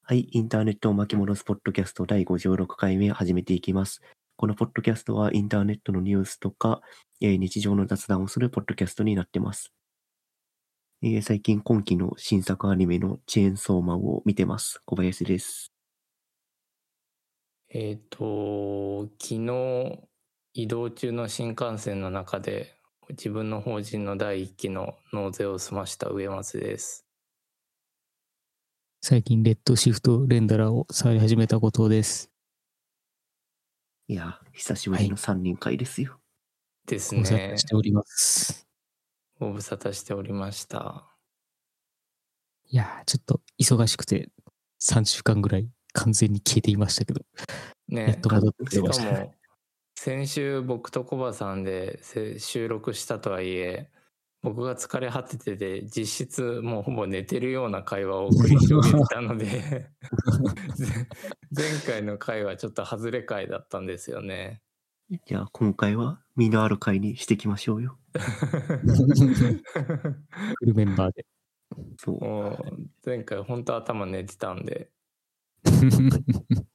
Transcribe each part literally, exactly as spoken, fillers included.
はい、インターネットを巻き戻すポッドキャストだいごじゅうろっかいめ始めていきます。このポッドキャストはインターネットのニュースとか、えー日常の雑談をするポッドキャストになってます。えー最近今期の新作アニメのチェーンソーマンを見てます。小林です。 えっと、昨日移動中の新幹線の中で自分の法人の第一期の納税を済ました上松です。 最近レッドシフトレンダラーを触り始めた後藤です。 いや、久しぶりのさんにん会ですよ。 ですご無沙汰ねし。ております。 ご無沙汰しておりました。 いやー、ちょっと忙しくてさんしゅうかんぐらい完全に消えていましたけど、やっねと戻ってきしました。 かも先週僕とコバさんでせ収録したとはいえ、僕が疲れ果ててて実質もうほぼ寝てるような会話を繰り広げてたので前回の回はちょっと外れ回だったんですよね。 じゃあ今回は身のある会にしていきましょうよ。 フルメンバーで。 そう。 もう前回本当頭寝てたんで一言、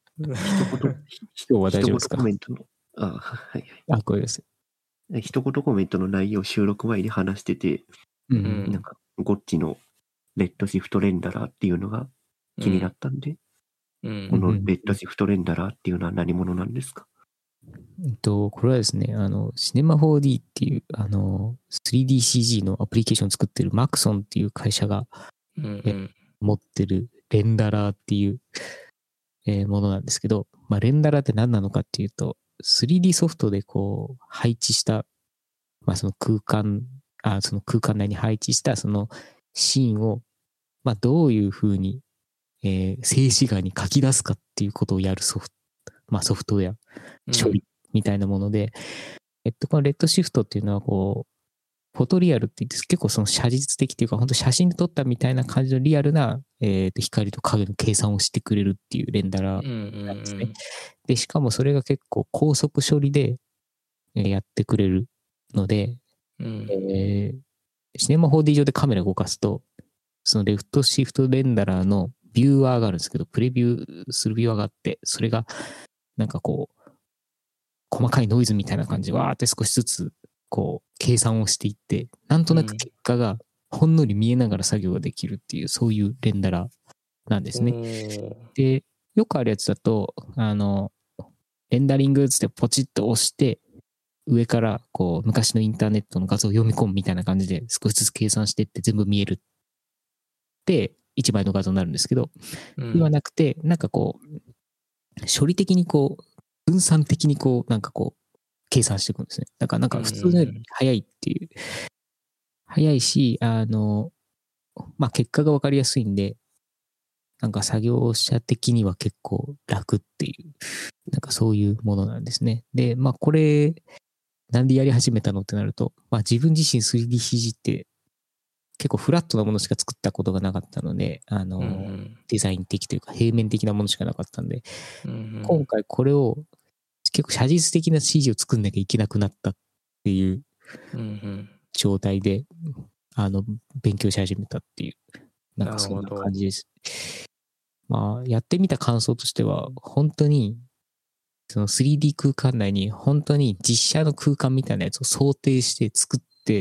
今日は大丈夫ですか？ 一言コメントの、あ、はいはい。 あ、これです。 一言コメントの内容を収録前に話してて、 うん。 うんなんか、ゴッチのレッドシフトレンダラーっていうのが気になったんで、 うんこのレッドシフトレンダラーっていうのは何者なんですか？ えっと、これはですね、あの、シネマ フォーディー っていう、あの、スリーディーシージー のアプリケーションを作ってるマクソンっていう会社がうんうん持ってるレンダラーっていう、えーものなんですけど、まあ、レンダラーって何なのかっていうと、スリーディー ソフトでこう、配置した、まあ、その空間、あ、その空間内に配置したそのシーンを、まあ、どういうふうに、えー静止画に書き出すかっていうことをやるソフト、まあ、ソフトウェア、処理みたいなもので、えっと、このレッドシフトっていうのはこう、フォトリアルって言って結構その写実的っていうか、本当写真で撮ったみたいな感じのリアルな、えーと光と影の計算をしてくれるっていうレンダラーなんですね。で、しかもそれが結構高速処理でえーやってくれるので、 うんえーシネマ フォーディー 上でカメラ動かすと、そのレフトシフトレンダラーのビューワーがあるんですけど、プレビューするビューワーがあって、それがなんかこう、細かいノイズみたいな感じでわーって少しずつこう計算をしていって、なんとなく結果がほんのり見えながら作業ができるっていう、そういうレンダラーなんですね。で、よくあるやつだと、あの、レンダリングっつってポチッと押して、上からこう昔のインターネットの画像を読み込むみたいな感じで少しずつ計算していって全部見えるって一枚の画像になるんですけど、ではなくて、なんかこう、処理的にこう、分散的にこう、なんかこう、計算していくんですね。だからなんか普通のより早いっていう。早いし、あの、まあ、結果がわかりやすいんで、なんか作業者的には結構楽っていう、なんかそういうものなんですね。で、まあこれ、なんでやり始めたのってなると、まあ自分自身 スリーディーシージー って結構フラットなものしか作ったことがなかったので、あの、 うんうんデザイン的というか平面的なものしかなかったんで、 うんうん今回これを結構写実的な シージー を作んなきゃいけなくなったっていううんうん状態で、あの、勉強し始めたっていう、なんかそんななるほど感じです。まあ、やってみた感想としては、本当に、その スリーディー 空間内に本当に実写の空間みたいなやつを想定して作って、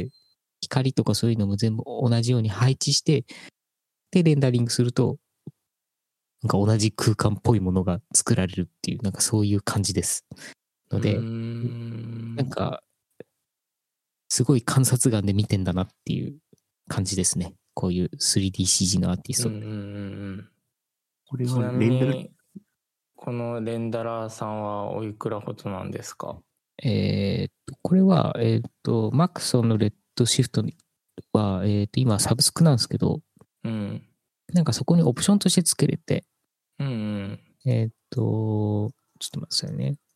光とかそういうのも全部同じように配置して、で、レンダリングすると、なんか同じ空間っぽいものが作られるっていう、なんかそういう感じです。ので、なんか、すごい観察眼で見てんだなっていう感じですね。こういう スリーディーシージー のアーティスト。 うんうんうんうんこれはちなみレンダラ、 にこのレンダラーさんはおいくらほどなんですか？ えーっと、これは、えーっと、マクソンのレッドシフトは、えーっと、今サブスクなんですけど、 うんなんかそこにオプションとして付けれて、 うんうんえーっと、ちょっと待ってくださいね。い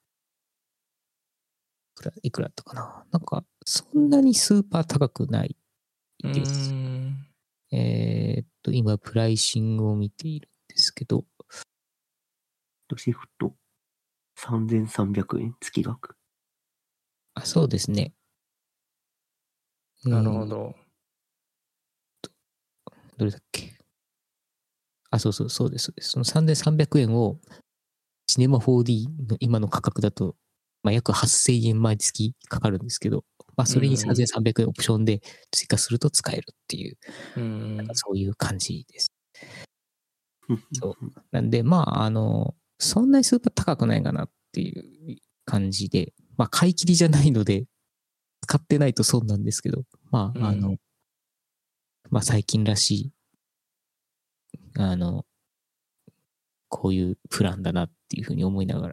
くら、いくらだったかな。なんか、そんなにスーパー高くないです。 うんえーっと、今、プライシングを見ているんですけど、 シフトさんぜんさんびゃくえん月額。 あ、そうですね。 なるほど。 どれだっけ。 あ、そうそう、そうです、そうです。そのさんぜんさんびゃくえんを、シネマ フォーディー の今の価格だと、まあ、約はっせんえん毎月かかるんですけど、まあ、それにさんぜんさんびゃくえんオプションで追加すると使えるっていう、 うんなんかそういう感じです。 うんそう。なんで、まあ、あの、そんなにスーパー高くないかなっていう感じで、まあ、買い切りじゃないので、使ってないと損なんですけど、まあ、あの、 うんまあ、最近らしい、あの、こういうプランだなっていうふうに思いながら。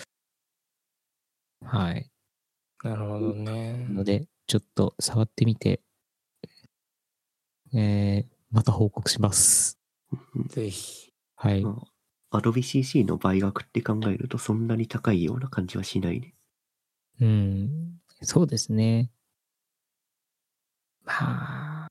はい。 なるほどね。 ので、ちょっと触ってみて、えー、また報告します。 うんぜひ。 はい。 まあ、Adobe シーシー の倍額って考えるとそんなに高いような感じはしないね。 うん。そうですね。まあ、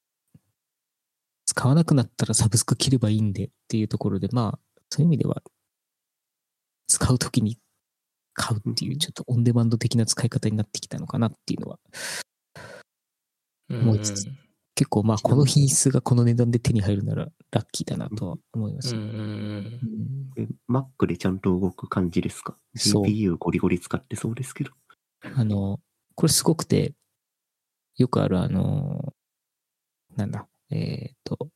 使わなくなったらサブスク切ればいいんでっていうところで、まあ、そういう意味では、使うときに買うっていう、ちょっとオンデマンド的な使い方になってきたのかなっていうのはうん思いつつ、結構まあ、この品質がこの値段で手に入るならラッキーだなとは思います。 うんうんうんうんえ Mac でちゃんと動く感じですか？ そうジーピーユー ゴリゴリ使ってそうですけど。 あの、これすごくて、よくあるあの、なんだ、えっと、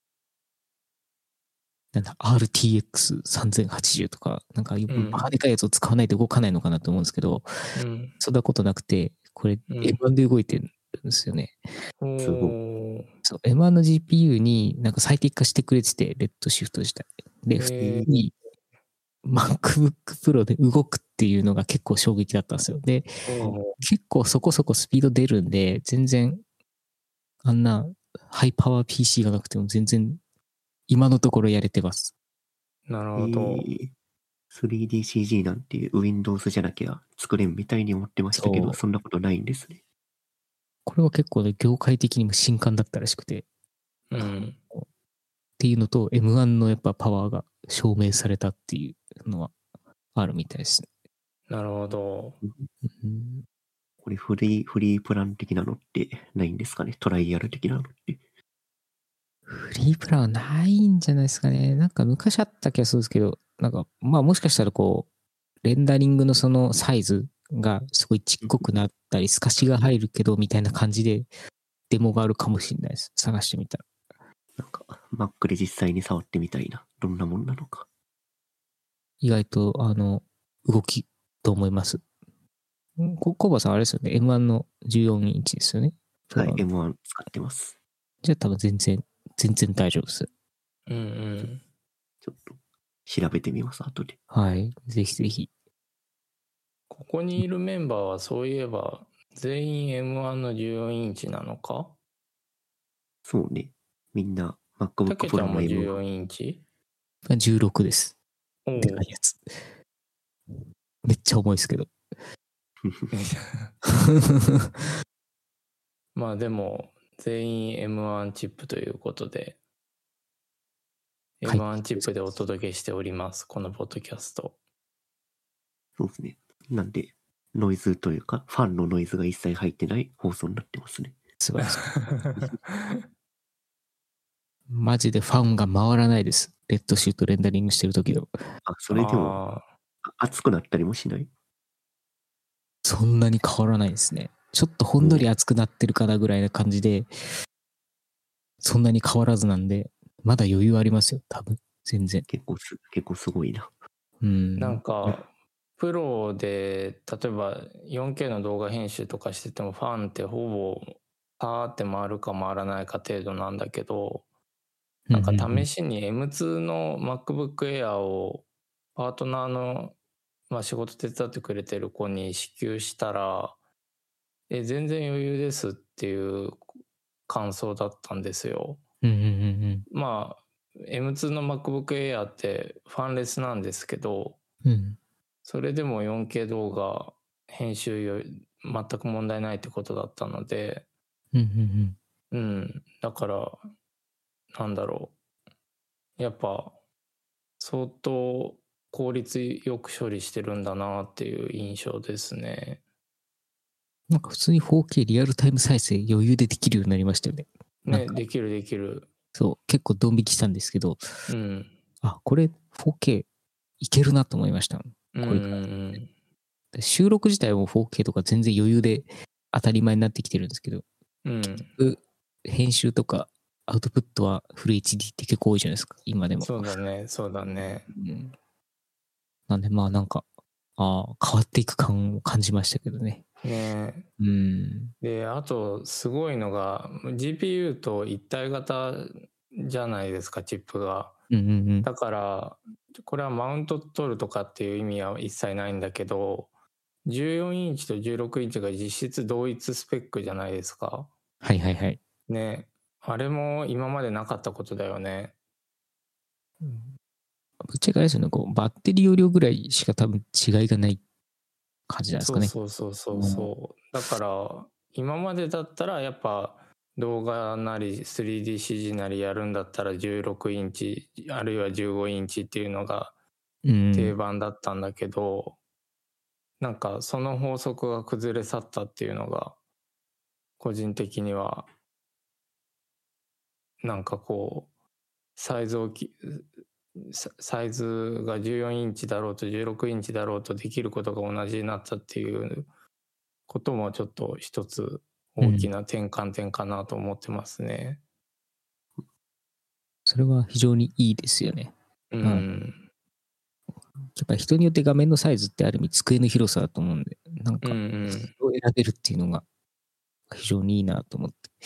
なんだ、アールティーエックスさんぜんはちじゅう とか、なんか、 んバカでかいやつを使わないと動かないのかなと思うんですけど、 うんそんなことなくて、これ、 うんエムワン で動いてるんですよね。 おすごいーそう、エムワン の ジーピーユー になんか最適化してくれてて、レッドシフト自体。で、普通へーに MacBook Pro で動くっていうのが結構衝撃だったんですよ。で、 お結構そこそこスピード出るんで、全然、あんなハイパワー ピーシー がなくても全然、今のところやれてます。 ーなるえほど。 ー、スリーディーシージー なんて Windows じゃなきゃ作れんみたいに思ってましたけど、 そうそんなことないんですね。 これは結構ね、業界的にも新刊だったらしくて、っうん。 ていうのと エムワン のやっぱパワーが証明されたっていうのはあるみたいですね。 なるほど。 うんこれフリー、フリープラン的なのってないんですかね？トライアル的なのって。 フリープランはないんじゃないですかね。なんか昔あった気がするんですけど、なんかまあもしかしたらこう、レンダリングのそのサイズがすごいちっこくなったり、透かしが入るけどみたいな感じでデモがあるかもしれないです。探してみたら。 なんか、Mac で実際に触ってみたいな。どんなもんなのか。 意外と、あの、動きと思います。んココバさんあれですよね。エムワン のじゅうよんインチですよね。 はい、 プロエムワン 使ってます。 じゃあ多分全然、全然大丈夫です。 うんうん。 ちょっと調べてみます、後で。 はい。ぜひぜひ。 ここにいるメンバーはそういえば全員 エムワン のじゅうよんインチなのか？ そうね。みんなた MacBook けちゃ Pro んのもじゅうよエムワン。 んインチじゅうろくです。 おでかいやつ。めっちゃ重いですけど。 まあでも全員 エムワン チップということで、 はいエムワン チップでお届けしております、このポッドキャスト。 そうですね。なんで、ノイズというか、ファンのノイズが一切入ってない放送になってますね。 素晴らしい。マジでファンが回らないです。レッドシュートレンダリングしてる時の。 あ、それでも、 ああ熱くなったりもしない？ そんなに変わらないですね。ちょっとほんのり熱くなってるかなぐらいな感じで、そんなに変わらずなんで、まだ余裕ありますよ、多分。全然。 結構す、結構すごいな。 うん。 なんかプロで例えば よんケー の動画編集とかしててもファンってほぼパーって回るか回らないか程度なんだけど、なんか試しに エムツー の MacBook Air をパートナーの、まあ、仕事手伝ってくれてる子に支給したら、え全然余裕ですっていう感想だったんですよ。 うんうんうんうんまあ エムツー の MacBook Air ってファンレスなんですけど、 うんそれでも よんケー 動画編集よ全く問題ないってことだったので、 うんうんうん、だからなんだろう、やっぱ相当効率よく処理してるんだなっていう印象ですね。 なんか普通に フォーケー リアルタイム再生余裕でできるようになりましたよね。なんね、 かできるできる。 そう、結構ドン引きしたんですけど、 うん。 あ、これ フォーケー いけるなと思いました。これからうんうん収録自体も フォーケー とか全然余裕で当たり前になってきてるんですけど、 うん。 編集とかアウトプットはフル エイチディー って結構多いじゃないですか、今でも。 そうだね、そうだね。 うん、なんでまあなんか、ああ、変わっていく感を感じましたけどね。 ねうん。 で、あとすごいのが ジーピーユー と一体型じゃないですか、チップが。 うんうんうん。 だからこれはマウント取るとかっていう意味は一切ないんだけど、じゅうよんインチとじゅうろくインチが実質同一スペックじゃないですか。 はいはいはい。 ね、あれも今までなかったことだよね。 ぶっちゃけあれですよね、こうバッテリー容量ぐらいしか多分違いがない感じじゃないですかね。 そうそうそうそうそう。だから今までだったらやっぱ動画なり スリーディーシージー なりやるんだったらじゅうろくインチあるいはじゅうごインチっていうのが定番だったんだけど、うん、なんかその法則が崩れ去ったっていうのが個人的にはなんかこうサイズをきサイズがじゅうよんインチだろうとじゅうろくインチだろうとできることが同じになったっていうこともちょっと一つ大きな転換点かなと思ってますね。 うん、それは非常にいいですよね。 うん。うん、 やっぱり人によって画面のサイズってある意味机の広さだと思うんで、なんか、それを選べるっていうのが非常にいいなと思って。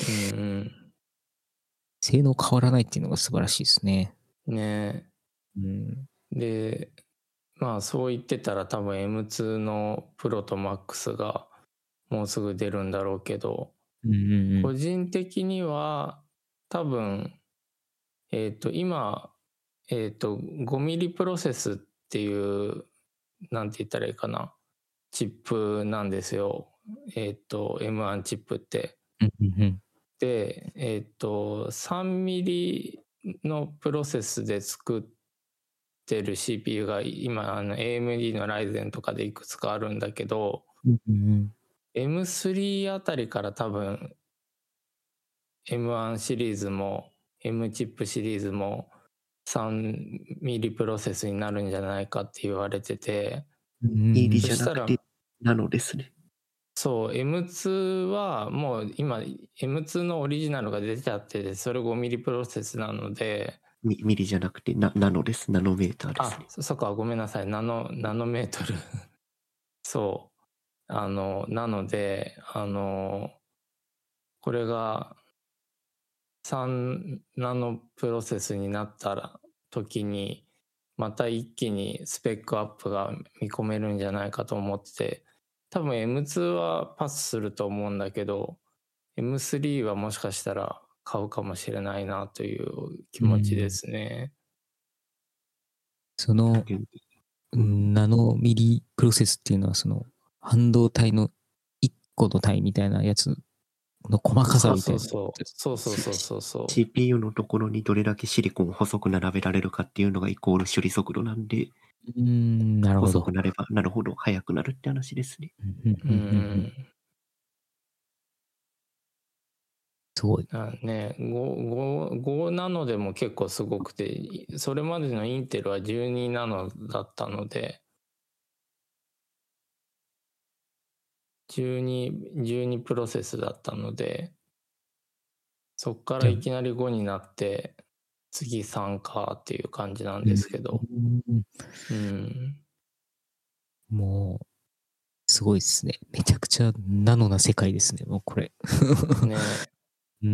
うんうん、 性能変わらないっていうのが素晴らしいですね。 ねえ。うん、で、まあそう言ってたら多分 エムツー のプロとマックスがもうすぐ出るんだろうけど、 うんうんうん、 個人的には多分、えっと今、えっとごミリプロセスっていうなんて言ったらいいかなチップなんですよ。えっと エムワン チップって。 うんうんうん、 で、えっとさんミリのプロセスで作ってる シーピーユー が今あの エーエムディー のライゼンとかでいくつかあるんだけど、 うんうん、 エムスリー あたりから多分 エムワン シリーズも M チップシリーズもさんミリプロセスになるんじゃないかって言われてて、 イーディー じゃなくてナノですね。 そう エムツー はもう今 エムツー のオリジナルが出ちゃってて、それごミリプロセスなので、 ミ, ミリじゃなくて ナ, ナノです。ナノメーターですね。 あ、そ, そっかごめんなさい、ナノナノメートルそうあのなのであのこれがさんナノプロセスになったら時にまた一気にスペックアップが見込めるんじゃないかと思ってて、多分 エムツー はパスすると思うんだけど エムスリー はもしかしたら買うかもしれないなという気持ちですね。 そのナノミリプロセスっていうのはその半導体のいっこの単位みたいなやつの細かさみたいな。 そうそうそうそうそうそう。 シーピーユー のところにどれだけシリコンを細く並べられるかっていうのがイコール処理速度なんで、 うーん、なるほど。 細くなればなるほど速くなるって話ですね。 うん。 すごい。 ね、ご, ごナノでも結構すごくて、それまでのインテルはじゅうにナノだったので、じゅうに、じゅうにプロセスだったので、そっからいきなりごになって、次さんかっていう感じなんですけど。うん。うん、 もう、すごいですね。めちゃくちゃナノな世界ですね、もうこれ。 ねうん。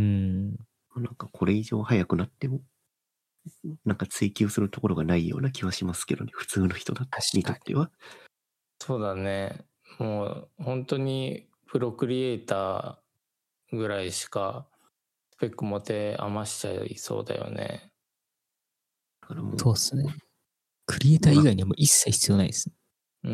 なんかこれ以上速くなっても、なんか追求するところがないような気はしますけどね、普通の人だにとっては。 そうだね。もう本当にプロクリエイターぐらいしかスペック持て余しちゃいそうだよね。 だからもうそうですね。クリエイター以外にはもう一切必要ないです。 うん。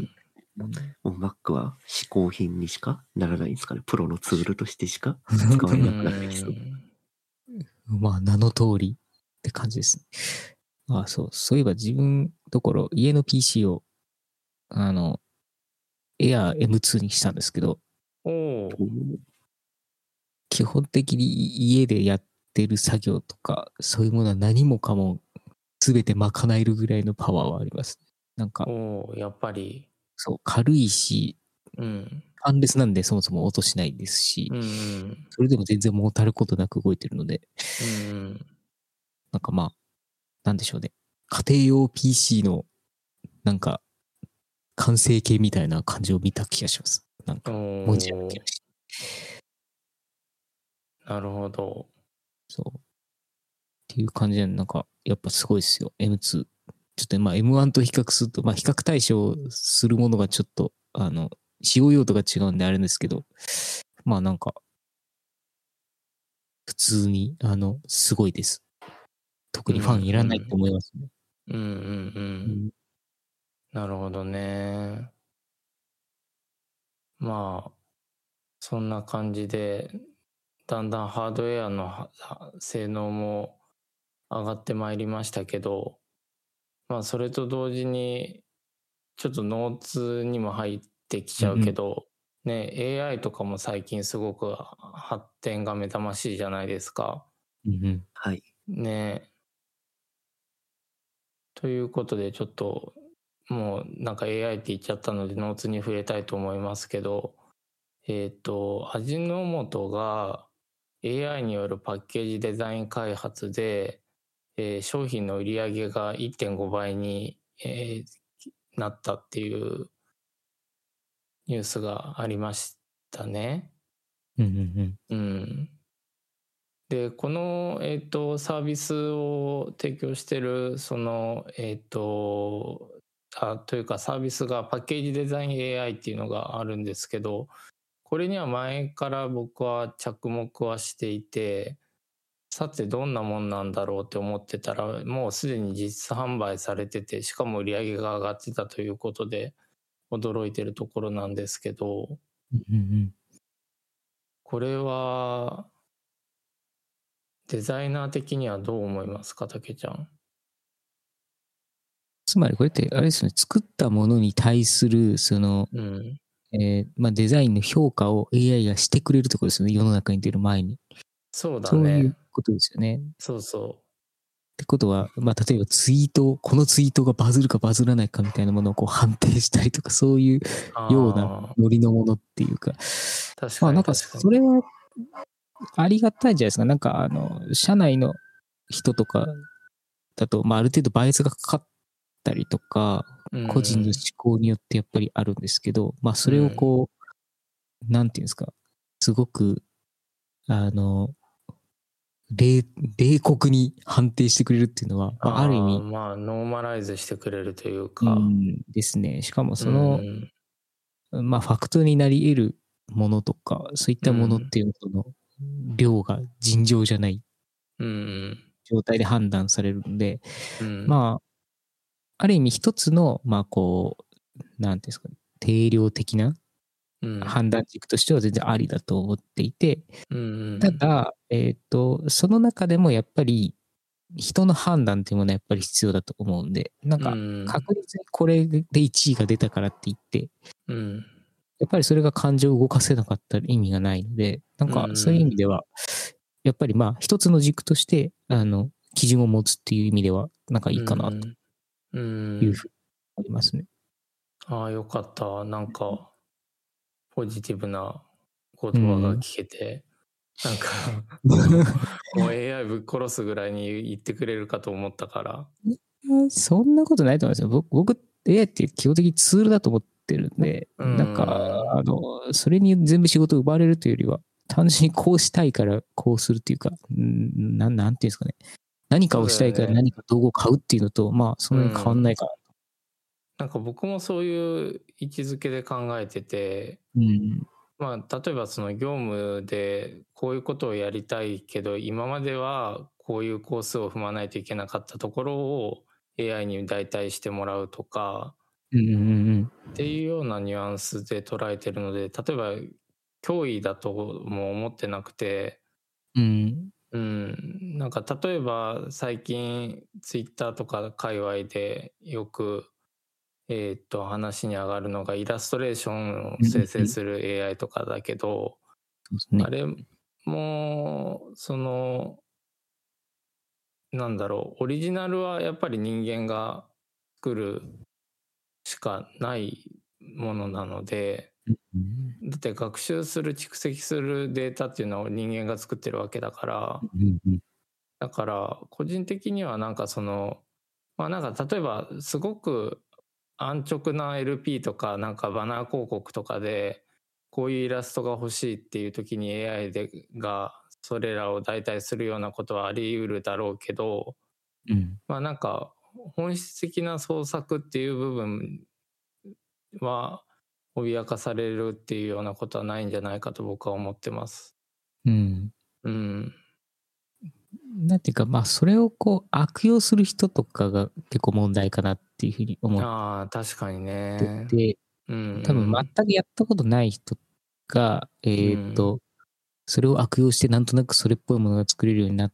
もう Mac は嗜好品にしかならないんですかね。プロのツールとしてしか使われなくなってきそう。 まあ、名の通りって感じですね。ああ、そう。そういえば自分ところ、家の ピーシー を、あの、Air エムツー にしたんですけど、 お基本的に家でやっってる作業とか、そういうものは何もかも全て賄えるぐらいのパワーはあります。なんか、 おーやっぱり。 そう、軽いし、 うん。 アンレスなんでそもそも音しないですし、 うんうん。 それでも全然もたることなく動いてるので、 うんうん。 なんかまあ、なんでしょうね。家庭用 ピーシー の、なんか、完成形みたいな感じを見た気がします。なんか、文字おー焼きだし。 なるほど。 そう。っていう感じで、なんか、やっぱすごいですよ。エムツー。ちょっとまあ エムワン と比較すると、まあ比較対象するものがちょっと、あの、使用用途が違うんであれですけど、まあなんか、普通に、あの、すごいです。特にファンいらないと思いますね。 うんうんう。 うんん。 なるほどね。まあ、そんな感じで、だんだんハードウェアのはは性能も上がってまいりましたけど、まあそれと同時に、ちょっとノーツにも入ってきちゃうけど、ね、エーアイ とかも最近すごく発展が目覚ましいじゃないですか。 うんうん。 はい。 ね。ということでちょっともうなんか エーアイ って言っちゃったのでノーツに触れたいと思いますけど、えっと、味の素が エーアイ によるパッケージデザイン開発で、えー商品の売り上げがいってんごばいに、えーなったっていうニュースがありましたね。 うんうんうん。 うん。で、この、えっと、サービスを提供してる、その、えっと、あ、というかサービスがパッケージデザイン エーアイ っていうのがあるんですけど、これには前から僕は着目はしていて、さてどんなもんなんだろうって思ってたら、もうすでに実販売されてて、しかも売り上げが上がってたということで、驚いてるところなんですけど、 うんうんうんこれは、デザイナー的にはどう思いますか、たけちゃん。 つまりこれってあれですね、作ったものに対するその、 うん。 えーまあ、デザインの評価を エーアイ がしてくれるってことですよね、世の中に出る前に。 そうだそういうね。 ことですよね。っそうそてことは、まあ、例えばツイート、このツイートがバズるかバズらないかみたいなものをこう判定したりとか、そういうう。 ようなああ、 ノリのものっていうか、 確かまあなんかに確かに。 それはありがたいじゃないですか。なんかあの、社内の人とかだと、まあある程度バイアスがかかったりとか、 うん個人の思考によってやっぱりあるんですけど、まあそれをこう、なんていうんですか、すごく、あの、冷、冷酷に判定してくれるっていうのは、まあある意ああ、 味、 まあ、ノーマライズしてくれるといううか。 んですね。しかもうその、 ん。 まあファクトになり得るものとか、そういったものっていうのの量が尋常じゃないうん。 状態で判断されるんで、 うん。 まあ、ある意味一つの、まあこう、なんていうんですかね、定量的なうん。 判断軸としては全然ありだと思っていて、 うん。 ただ、えっと、その中でもやっぱり人の判断っていうものはやっぱり必要だと思うんで、なんかうん。 確実にこれでいちいが出たからって言って、 うん。 やっぱりそれが感情を動かせなかったら意味がないので、なんかそういう意味では、やっぱりまあ一つの軸として、あの、基準を持つっていう意味では、なんかいいかなとうん。 いうふうに思いますね。 ああ、よかった。なんか、ポジティブな言う葉がん。 聞けて、なんかもう、もう エーアイ ぶっ殺すぐらいに言ってくれるかと思ったから。 そんなことないと思いますよ。僕、僕 エーアイ って基本的にツールだと思ってるんで、 うなんか、 ん。 あの、それに全部仕事を奪われるというよりは、単純にこうしたいからこうするっていうか、んなん、なんていうんですかね。何かをしたいから何か道具を買うっていうのと、まあ、そんなに変わんないかな。 なんか僕もそういう位置づけで考えてて、 うん。 まあ、例えばその業務でこういうことをやりたいけど、今まではこういうコースを踏まないといけなかったところを エーアイ に代替してもらうとか、 うんうんうんっていうようなニュアンスで捉えてるので、例えば脅威だとも思ってなくて、 うん。 うん、なんか例えば最近ツイッターとか界隈でよくえーっと話に上がるのがイラストレーションを生成する エーアイ とかだけど、 そうですね。 あれもそのなんだろう、オリジナルはやっぱり人間が作るしかないものなので、 うんだって学習する蓄積するデータっていうのを人間が作ってるわけだから、 うんうんだから個人的にはなんかそのまあなんか例えばすごく安直な エルピー とかなんかバナー広告とかでこういうイラストが欲しいっていう時に エーアイ でがそれらを代替するようなことはあり得るだろうけど、 うんまあなんか本質的な創作っていう部分は脅かされるっていうようなことはないんじゃないかと僕は思ってます。 うんうん。 なんていうか、まあ、それをこう、悪用する人とかが結構問題かなっていうふうに思っああ、確かにてね。 て、 うん多分全くやったことない人が、えーっと、それを悪用してなんとなくそれっぽいものが作れるようになって、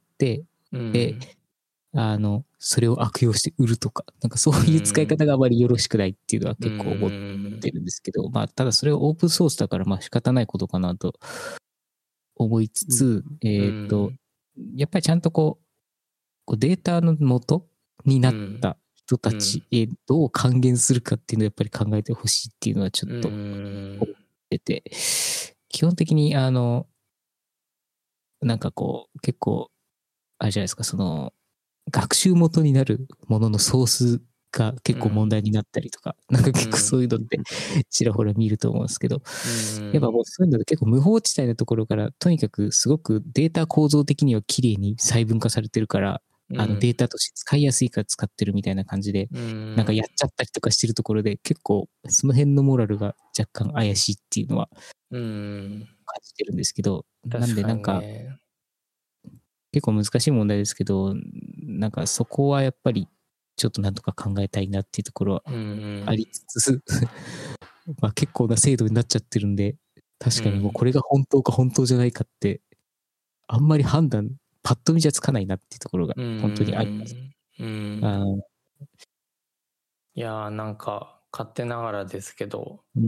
うんで、あの、それを悪用して売るとか、なんかそういう使い方があまりよろしくないっていうのは結構思ってるんですけど、まあ、ただそれはオープンソースだから、まあ仕方ないことかなと思いつつ、えーっと、やっぱりちゃんとこう、こうデータの元になった人たちへどう還元するかっていうのをやっぱり考えてほしいっていうのはちょっと思ってて、基本的にあの、なんかこう、結構、あれじゃないですか、その、学習元になるもののソースが結構問題になったりとか、なんか結構そういうのってちらほら見ると思うんですけど、やっぱもうそういうので結構無法地帯のところから、とにかくすごくデータ構造的には綺麗に細分化されてるから、あのデータとして使いやすいから使ってるみたいな感じで、なんかやっちゃったりとかしてるところで、結構その辺のモラルが若干怪しいっていうのは感じてるんですけど、なんでなんか、結構難しい問題ですけど、なんかそこはやっぱりちょっとなんとか考えたいなっていうところはありつつ、まあ結構な精度になっちゃってるんで、確かにもうこれが本当か本当じゃないかって、あんまり判断、パッと見じゃつかないなっていうところが本当にあります。 うんあいやーなんか勝手ながらですけど、 うん、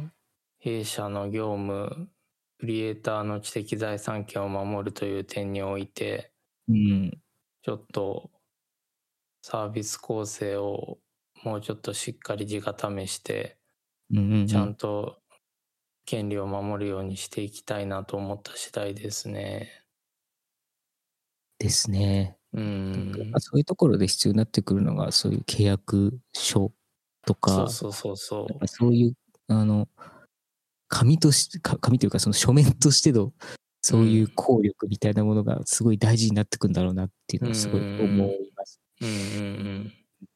弊社の業務クリエイターの知的財産権を守るという点において、 うん、 ちょっとサービス構成をもうちょっとしっかり地固めして、 うんうんうん、 ちゃんと権利を守るようにしていきたいなと思った次第ですね。 ですね。 うん。 そういうところで必要になってくるのが、そういう契約書とか、 そうそうそうそう。 そういう、あの、紙として、紙というかその書面としての、そういう効力みたいなものがすごい大事になってくんだろうなっていうのはすごい思います。 うんうんうん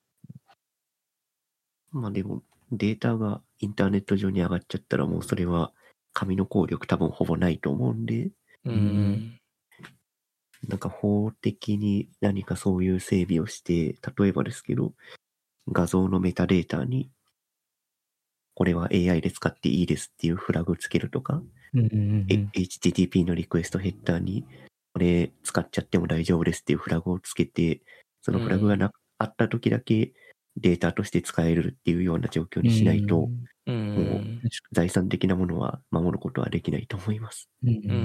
まあでも、データがインターネット上に上がっちゃったらもうそれは紙の効力多分ほぼないと思うんで、 うんうんなんか法的に何かそういう整備をして、例えばですけど、画像のメタデータに、これは エーアイ で使っていいですっていうフラグつけるとか、 うんうんうん、 エイチティーティーピー のリクエストヘッダーに、これ使っちゃっても大丈夫ですっていうフラグをつけて、そのフラグがな、あった時だけデータとして使えるっていうような状況にしないと、 うん、 もう財産的なものは守ることはできないと思います。 うんうん、 うん、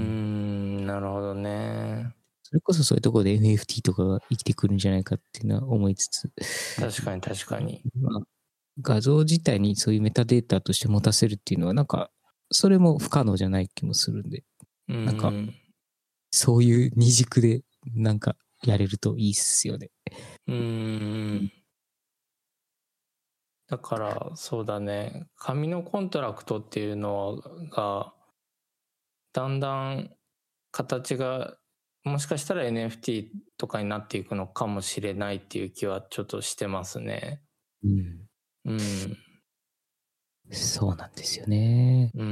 なるほどね。 それこそそういうところで エヌエフティー とかが生きてくるんじゃないかっていうのは思いつつ。 確かに確かに。 まあ、画像自体にそういうメタデータとして持たせるっていうのは、なんか、それも不可能じゃない気もするんで、 うん、 なんか、そういう二軸でなんかやれるといいっすよね。 うん。だからそうだね、紙のコントラクトっていうのがだんだん形がもしかしたら エヌエフティー とかになっていくのかもしれないっていう気はちょっとしてますね。 うん。 うん。 そうなんですよね。 うん。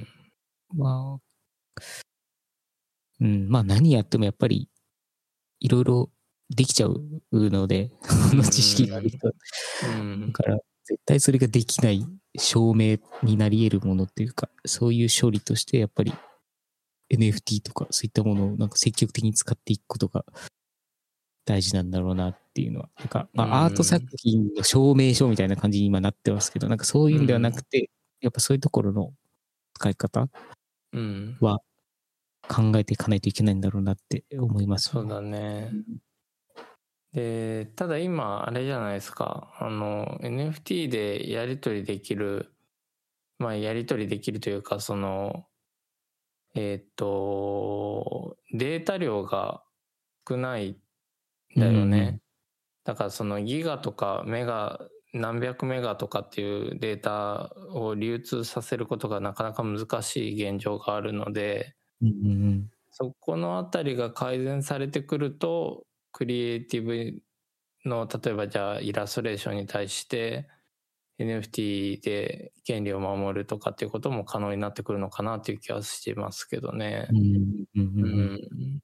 まあ、うん、まあ何やってもやっぱりいろいろできちゃうので、この知識がある人は。だから絶対それができない証明になり得るものっていうか、そういう処理としてやっぱり エヌエフティー とかそういったものをなんか積極的に使っていくことが大事なんだろうなっていうのは、なんか、まあ、アート作品の証明書みたいな感じに今なってますけど、なんかそういうんではなくて、やっぱそういうところの使い方は考えていかないといけないんだろうなって思います、 ね。そうだね。 で、ただ今、あれじゃないですか。あの、エヌエフティー でやり取りできる、まあ、やり取りできるというか、その、えっと、データ量が少ないんだよね。 うんうんだからそのギガとかメガ、何百メガとかっていうデータを流通させることがなかなか難しい現状があるので、 うんうんそこのあたりが改善されてくると、クリエイティブの、例えばじゃあイラストレーションに対して エヌエフティー で権利を守るとかっていうことも可能になってくるのかなっていう気はしてますけどね。 うんうんうんううんうんん。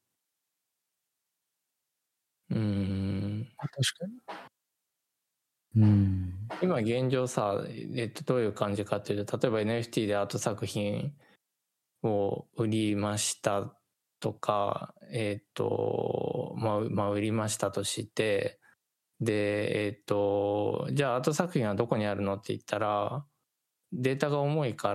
うん。 確かに。うん。 今現状さ、えっと、どういう感じかっていうと、例えば エヌエフティー でアート作品を売りましたとか、えっと、まあ、まあ、売りましたとして、で、えっと、じゃあアート作品はどこにあるのって言ったら、データが重いから、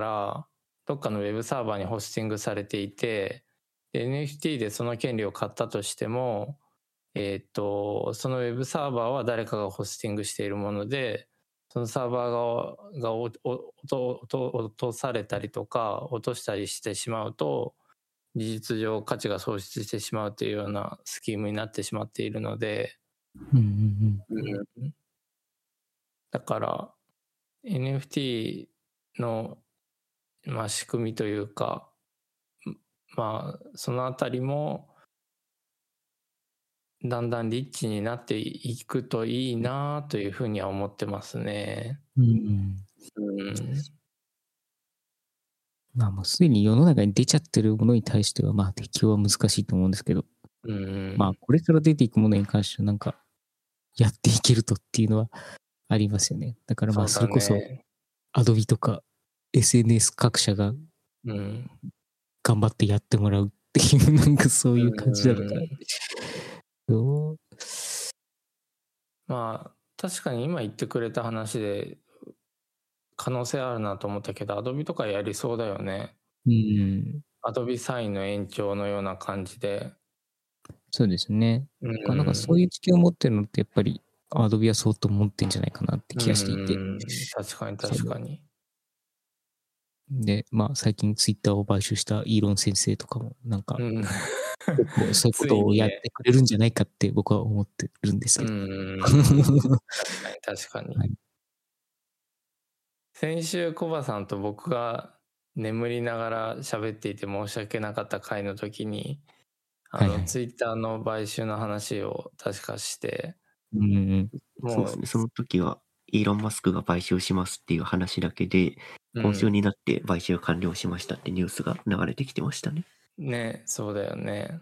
どっかのウェブサーバーにホスティングされていて、エヌエフティー でその権利を買ったとしても、えっと、そのウェブサーバーは誰かがホスティングしているもので、そのサーバーが、がおお落と落と落とされたりとか、落としたりしてしまうと、事実上価値が喪失してしまうというようなスキームになってしまっているので、 うんうんうんだから エヌエフティー の、まあ、仕組みというか、まあ、そのあたりもだんだんリッチになっていくといいなというふうには思ってますね。 うんうんうん。 まあもうすでに世の中に出ちゃってるものに対してはまあ適用は難しいと思うんですけど、 うん。 まあこれから出ていくものに関してはなんかやっていけるとっていうのはありますよね。だからまあそれこそそうだね。 Adobe とか エスエヌエス 各社がうん。 頑張ってやってもらうっていうなんかそういう感じなのかなうんって。どうまあ、確かに今言ってくれた話で可能性あるなと思ったけど、Adobe とかやりそうだよね。 うん。 Adobe サインの延長のような感じで。 そうですね。 うん。 なんかそういう知見を持ってるのってやっぱり Adobe は相当持ってんじゃないかなって気がしていて。 うん。確かに確かに。 で、まあ最近ツイッターを買収したイーロン先生とかもなんかうん。 結構そういうことをやってくれるんじゃないかって僕は思ってるんですけど。 うん。確かに確かに。 はい先週コバさんと僕が眠りながら喋っていて申し訳なかった回の時に、あの、 はいはいツイッターの買収の話を確かして、 うんうんもうそうですね。その時は、イーロン・マスクが買収しますっていう話だけで、 うん今週になって買収完了しましたってニュースが流れてきてましたね。 ね、そうだよね。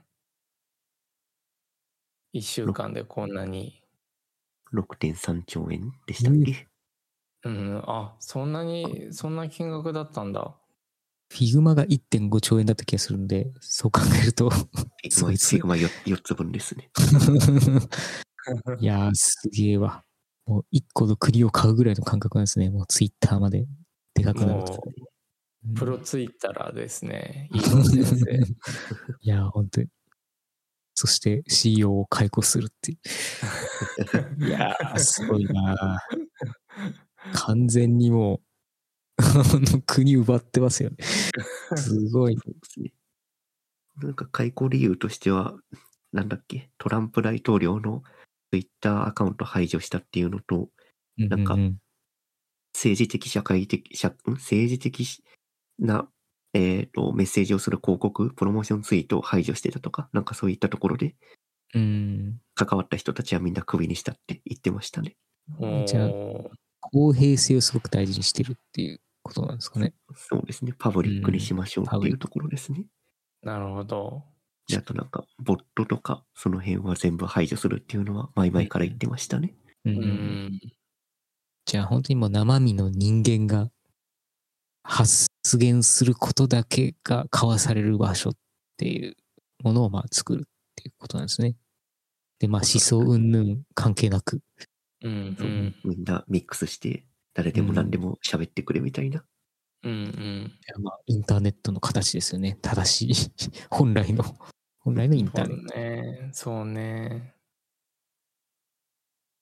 一週間でこんなに。 ろくてんさんちょうえんでしたっけ、 うん、あ、そんなに、そんな金額だったんだ。 フィグマがいってんごちょうえんだった気がするんで、そう考えるとフィグマ、フすごいですね。 ィグマ 4, つ分ですね。 いやー、すげえわ。もう一個の国を買うぐらいの感覚なんですね。もうツイッターまででかくなると。 もう、 うんプロツイッターですね。イーロン先生。 いやー、本当に。そして シーイーオー を解雇するっていう。いやー、すごいなー。完全にもう、あの国奪ってますよね。すごい。 そうですね。なんか解雇理由としては、なんだっけ、トランプ大統領のツイッターアカウント排除したっていうのと、なんかうんうんうん政治的社会的、社ん政治的な、えーと、メッセージをする広告、プロモーションツイートを排除してたとか、なんかそういったところでうん関わった人たちはみんなクビにしたって言ってましたね。 じゃあおー公平性をすごく大事にしてるっていうことなんですかね。 そうですね。パブリックにしましょうっていうところですね。 なるほど。 で、あとなんか、ボットとか、その辺は全部排除するっていうのは、前々から言ってましたね。 ううんん。 じゃあ本当にもう生身の人間が発言することだけが交わされる場所っていうものをまあ作るっていうことなんですね。で、まあ思想云々関係なく。 うん。 そううんみんなミックスして、誰でも何でも喋ってくれみたいな。 うん。うん。 いやまあインターネットの形ですよね。正しい。本来の、本来のインターネット。 そうね。そうね。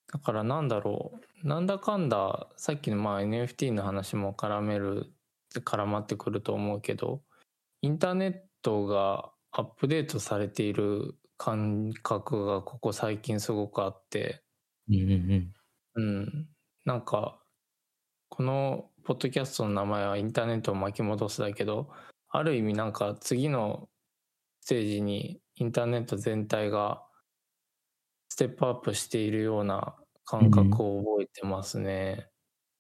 だからなんだろう、なんだかんださっきのまあ エヌエフティー の話も絡める絡まってくると思うけど、インターネットがアップデートされている感覚がここ最近すごくあって、 うんうんうん、なんかこのポッドキャストの名前はインターネットを巻き戻すだけど、ある意味なんか次のステージにインターネット全体がステップアップしているような感覚を覚えてますね。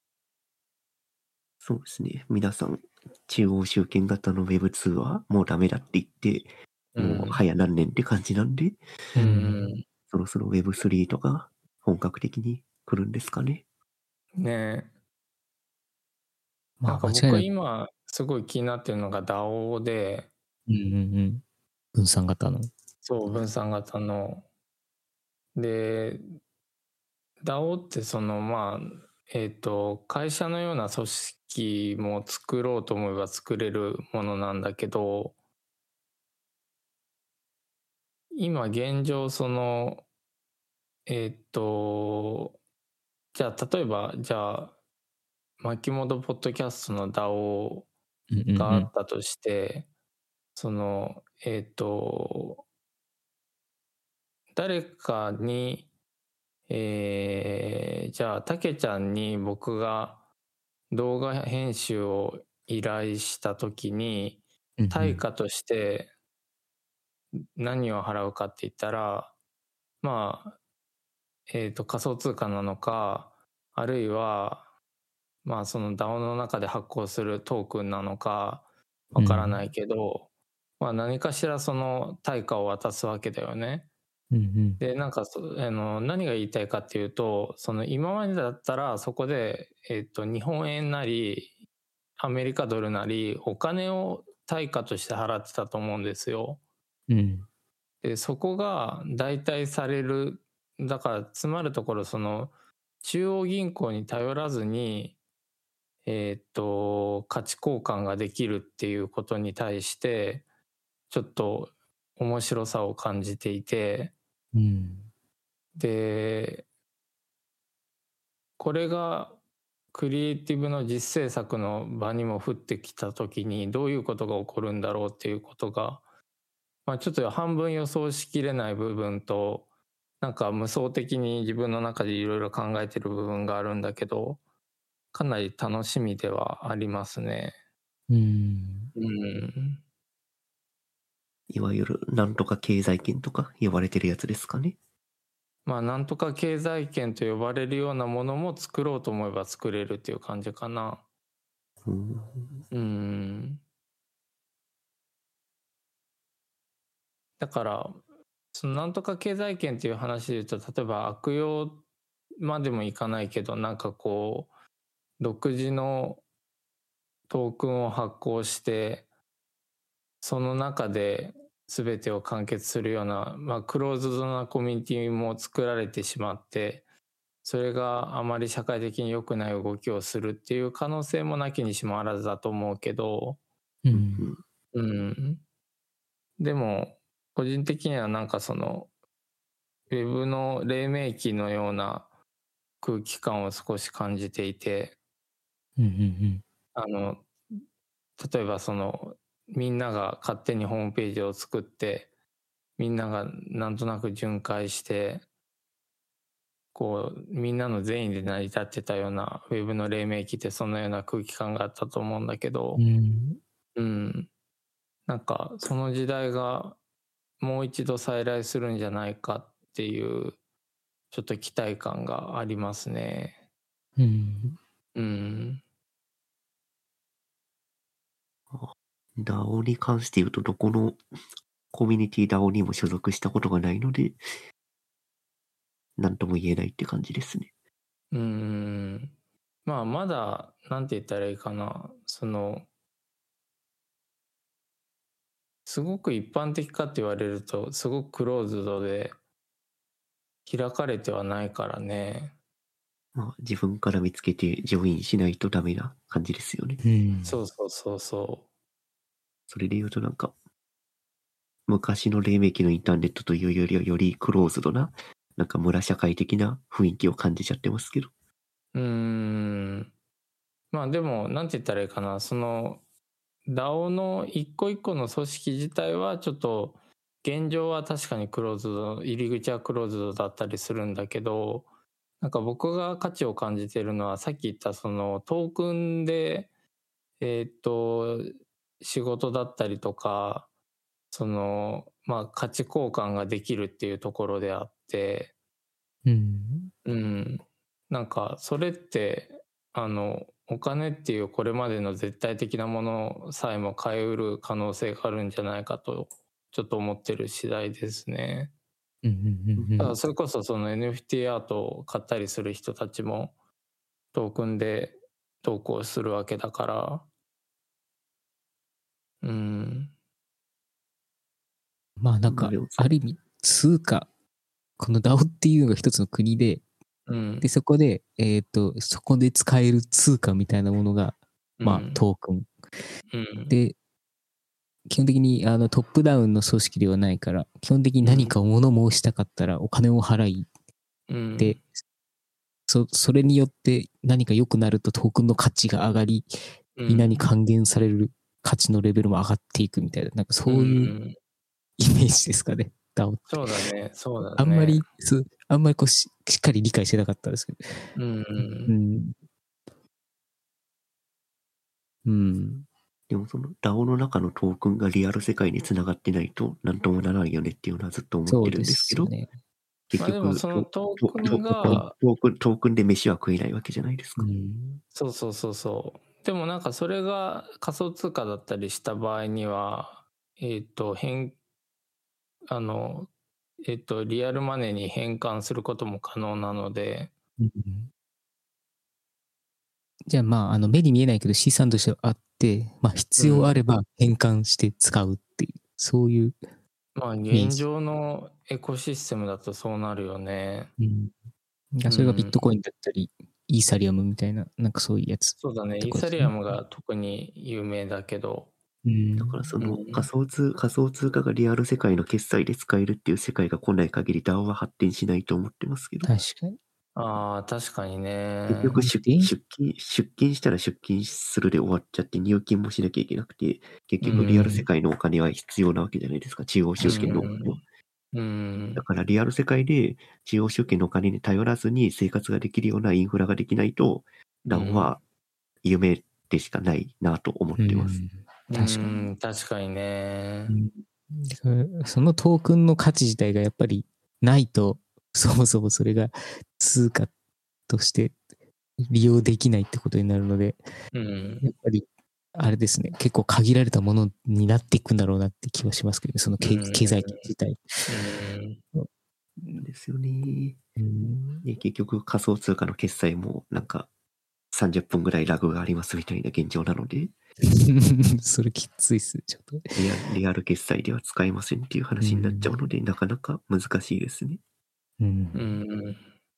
そうですね。皆さん、中央集権型の ウェブツー はもうダメだって言って、もう早何年って感じなんで、 うんうんそろそろ ウェブスリー とか本格的に来るんですかね。 ねえ。 まあなんか僕は間違いなく、 今すごい気になってるのが ダオ で、 うんうんうん。分散型の。 そう分散型の。で、ダオ ってそのまあ、えっと、会社のような組織も作ろうと思えば作れるものなんだけど、今現状その、えっと、じゃあ例えば、じゃあ、巻き戻ポッドキャストの ダオうんうんうがあっん。 たとして、その、えっと、誰かに、えー、じゃあ、たけちゃんに僕が動画編集を依頼したときに、 うんうん対価として何を払うかって言ったら、まあ、えっと、仮想通貨なのか、あるいは、まあ、その ダオ の中で発行するトークンなのか、わからないけど、まあ、何かしらその対価を渡すわけだよね。 うんうんで、なんかそ、あの、何が言いたいかっていうと、その今までだったらそこで、えっと、日本円なり、アメリカドルなり、お金を対価として払ってたと思うんですよ。 うんで、そこが代替される、だから、つまるところ、その、中央銀行に頼らずに、えっと、価値交換ができるっていうことに対して、ちょっと面白さを感じていて、 うんで、これがクリエイティブの実制作の場にも降ってきた時にどういうことが起こるんだろうっていうことが、まあ、ちょっと半分予想しきれない部分と、なんか無双的に自分の中でいろいろ考えてる部分があるんだけど、かなり楽しみではありますね。 うんうん。 いわゆるなんとか経済圏とか呼ばれてるやつですかね。 まあなんとか経済圏と呼ばれるようなものも作ろうと思えば作れるっていう感じかな。 うんうん。だからそのなんとか経済圏っていう話で言うと、例えば悪用までもいかないけど、なんかこう独自のトークンを発行してその中で全てを完結するような、まあ、クローズドなコミュニティも作られてしまって、それがあまり社会的に良くない動きをするっていう可能性もなきにしもあらずだと思うけど、 ううんんうん、でも個人的にはなんかそのウェブの黎明期のような空気感を少し感じていて、 うんうんあの例えばそのみんなが勝手にホームページを作ってみんながなんとなく巡回してこうみんなの善意で成り立ってたようなウェブの黎明期ってそんなような空気感があったと思うんだけど、 うんうん、なんかその時代がもう一度再来するんじゃないかっていうちょっと期待感がありますね。 うんうん。 ダオ に関して言うと、どこのコミュニティ ダオ にも所属したことがないので、なんとも言えないって感じですね。 うん。まあまだなんて言ったらいいかな。そのすごく一般的かって言われるとすごくクローズドで開かれてはないからね。 まあ、自分から見つけてジョインしないとダメな感じですよね。 うんそうそうそうそそれで言うとなんか、昔の黎明期のインターネットというよりはよりクローズドななんか村社会的な雰囲気を感じちゃってますけど。 うーん。まあでも、なんて言ったらいいかな、その、ダオ の一個一個の組織自体はちょっと、現状は確かにクローズド、入り口はクローズドだったりするんだけど、なんか僕が価値を感じているのは、さっき言ったそのトークンで、えーっと、仕事だったりとか、その、まあ価値交換ができるっていうところであって、 うん。 うん。なんか、それって、あの、お金っていうこれまでの絶対的なものさえも買いうる可能性があるんじゃないかと、ちょっと思ってる次第ですね。 うんうんうんだからそれこそその エヌエフティー アートを買ったりする人たちもトークンで投稿するわけだから、うん。 まあなんかまあでも、そある意味、通貨、この ダオ っていうのが一つの国で、 うんで、。そこで、えっと、そこで使える通貨みたいなものが、まあうんトークン。 うん。 で、基本的にあのトップダウンの組織ではないから、基本的に何かを物申したかったらお金を払い、 うん、 で、そそれによって何か良くなるとトークンの価値が上がり、みんなに還元される価値のレベルも上がっていくみたいな、なんかそういううんイメージですかね、ダオ って。 そうだね、そうだね。 あんまり、そうあんまりこうししっかり理解してなかったですけど。 うんう。ん。うん。 でもその ダオ の中のトークンがリアル世界につながってないと何ともならないよねっていうのはずっと思ってるそうでんですけど、 すよね。 結まあでも局そのトトークンがトークン、トークンで飯は食えないわけじゃないですか。 うん。 そうそうそうそう。でもなんかそれが仮想通貨だったりした場合には、えっ、と、変、あの、えっ、と、リアルマネーに変換することも可能なので、 うんじゃあまあ、あの目に見えないけど資産としてはあって、まあ必要あれば変換して使うっていう、そういう、 まあメージ現状のエコシステムだとそうなるよね。 うん。がそれがビットコインだったり、イーサリアムみたいな、なんかそういうやつ。 そうだね。イーってことですねサリアムが特に有名だけど、 うん。 だからそのうん仮想通、仮想通貨がリアル世界の決済で使えるっていう世界が来ない限り ダオ は発展しないと思ってますけど、 確かに。 ああ、確かにね。 結局出で出勤、出勤したら出勤するで終わっちゃって入金もしなきゃいけなくて、結局リアル世界のお金は必要なわけじゃないですか、中央集権のお金は。 うんだ。からリアル世界で中央集権のお金に頼らずに生活ができるようなインフラができないと、ダオ は夢でしかないなと思ってます。 確かに。 うん、確かにね。 うん、そのトークンの価値自体がやっぱりないと、そもそもそれが通貨として利用できないってことになるので、 うん。 やっぱり、あれですね、結構限られたものになっていくんだろうなって気はしますけどね、その経うん経済圏自体。 うん。 ですよね。 うんで結局仮想通貨の決済もなんかさんじゅっぷんぐらいラグがありますみたいな現状なので、 それきついっす、ちょっと。 リアリアル決済では使えませんっていう話になっちゃうので、なかなか難しいですね。 うんう。ん。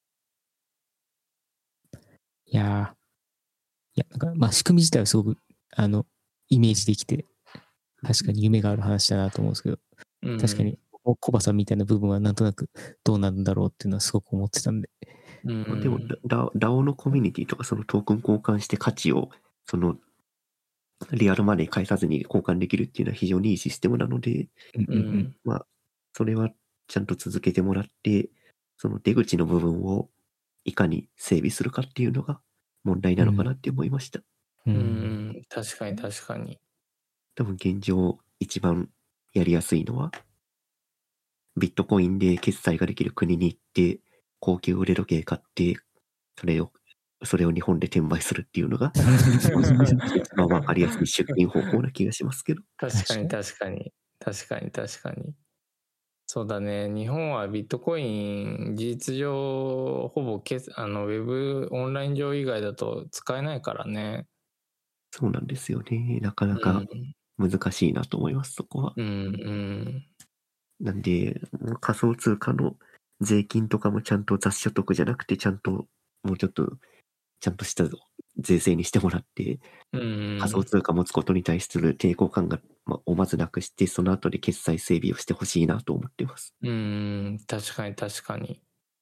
いやー、いや、なんか、まあ仕組み自体はすごく、あの、イメージできて、確かに夢がある話だなと思うんですけど、 うん確かに、コバさんみたいな部分はなんとなくどうなんだろうっていうのはすごく思ってたんで。 うん。 でも、ダダオ のコミュニティとかそのトークン交換して価値を、その、リアルマネー返さずに交換できるっていうのは非常にいいシステムなので、 うんうんうん。 まあ、それはちゃんと続けてもらって、その出口の部分をいかに整備するかっていうのが問題なのかなって思いました。 ううんん。確かに確かに。 多分現状一番やりやすいのは、ビットコインで決済ができる国に行って、高級腕時計買って、それを、それを日本で転売するっていうのが、一番わかりやすい出金方法な気がしますけど。 確かに確かに。確かに確かに。そうだね。日本はビットコイン、事実上、ほぼけあのウェブ、オンライン上以外だと使えないからね。 そうなんですよね。なかうなかん。 難しいなと思います、そこは。 うん。うん。 なんで、仮想通貨の税金とかもちゃんと雑所得じゃなくて、ちゃんと、もうちょっと、ちゃんとした税制にしてもらって、 うん。 仮想通貨持つことに対する抵抗感が、まあ、をまずなくして、その後で決済整備をしてほしいなと思ってます。 うん。確かに確かに。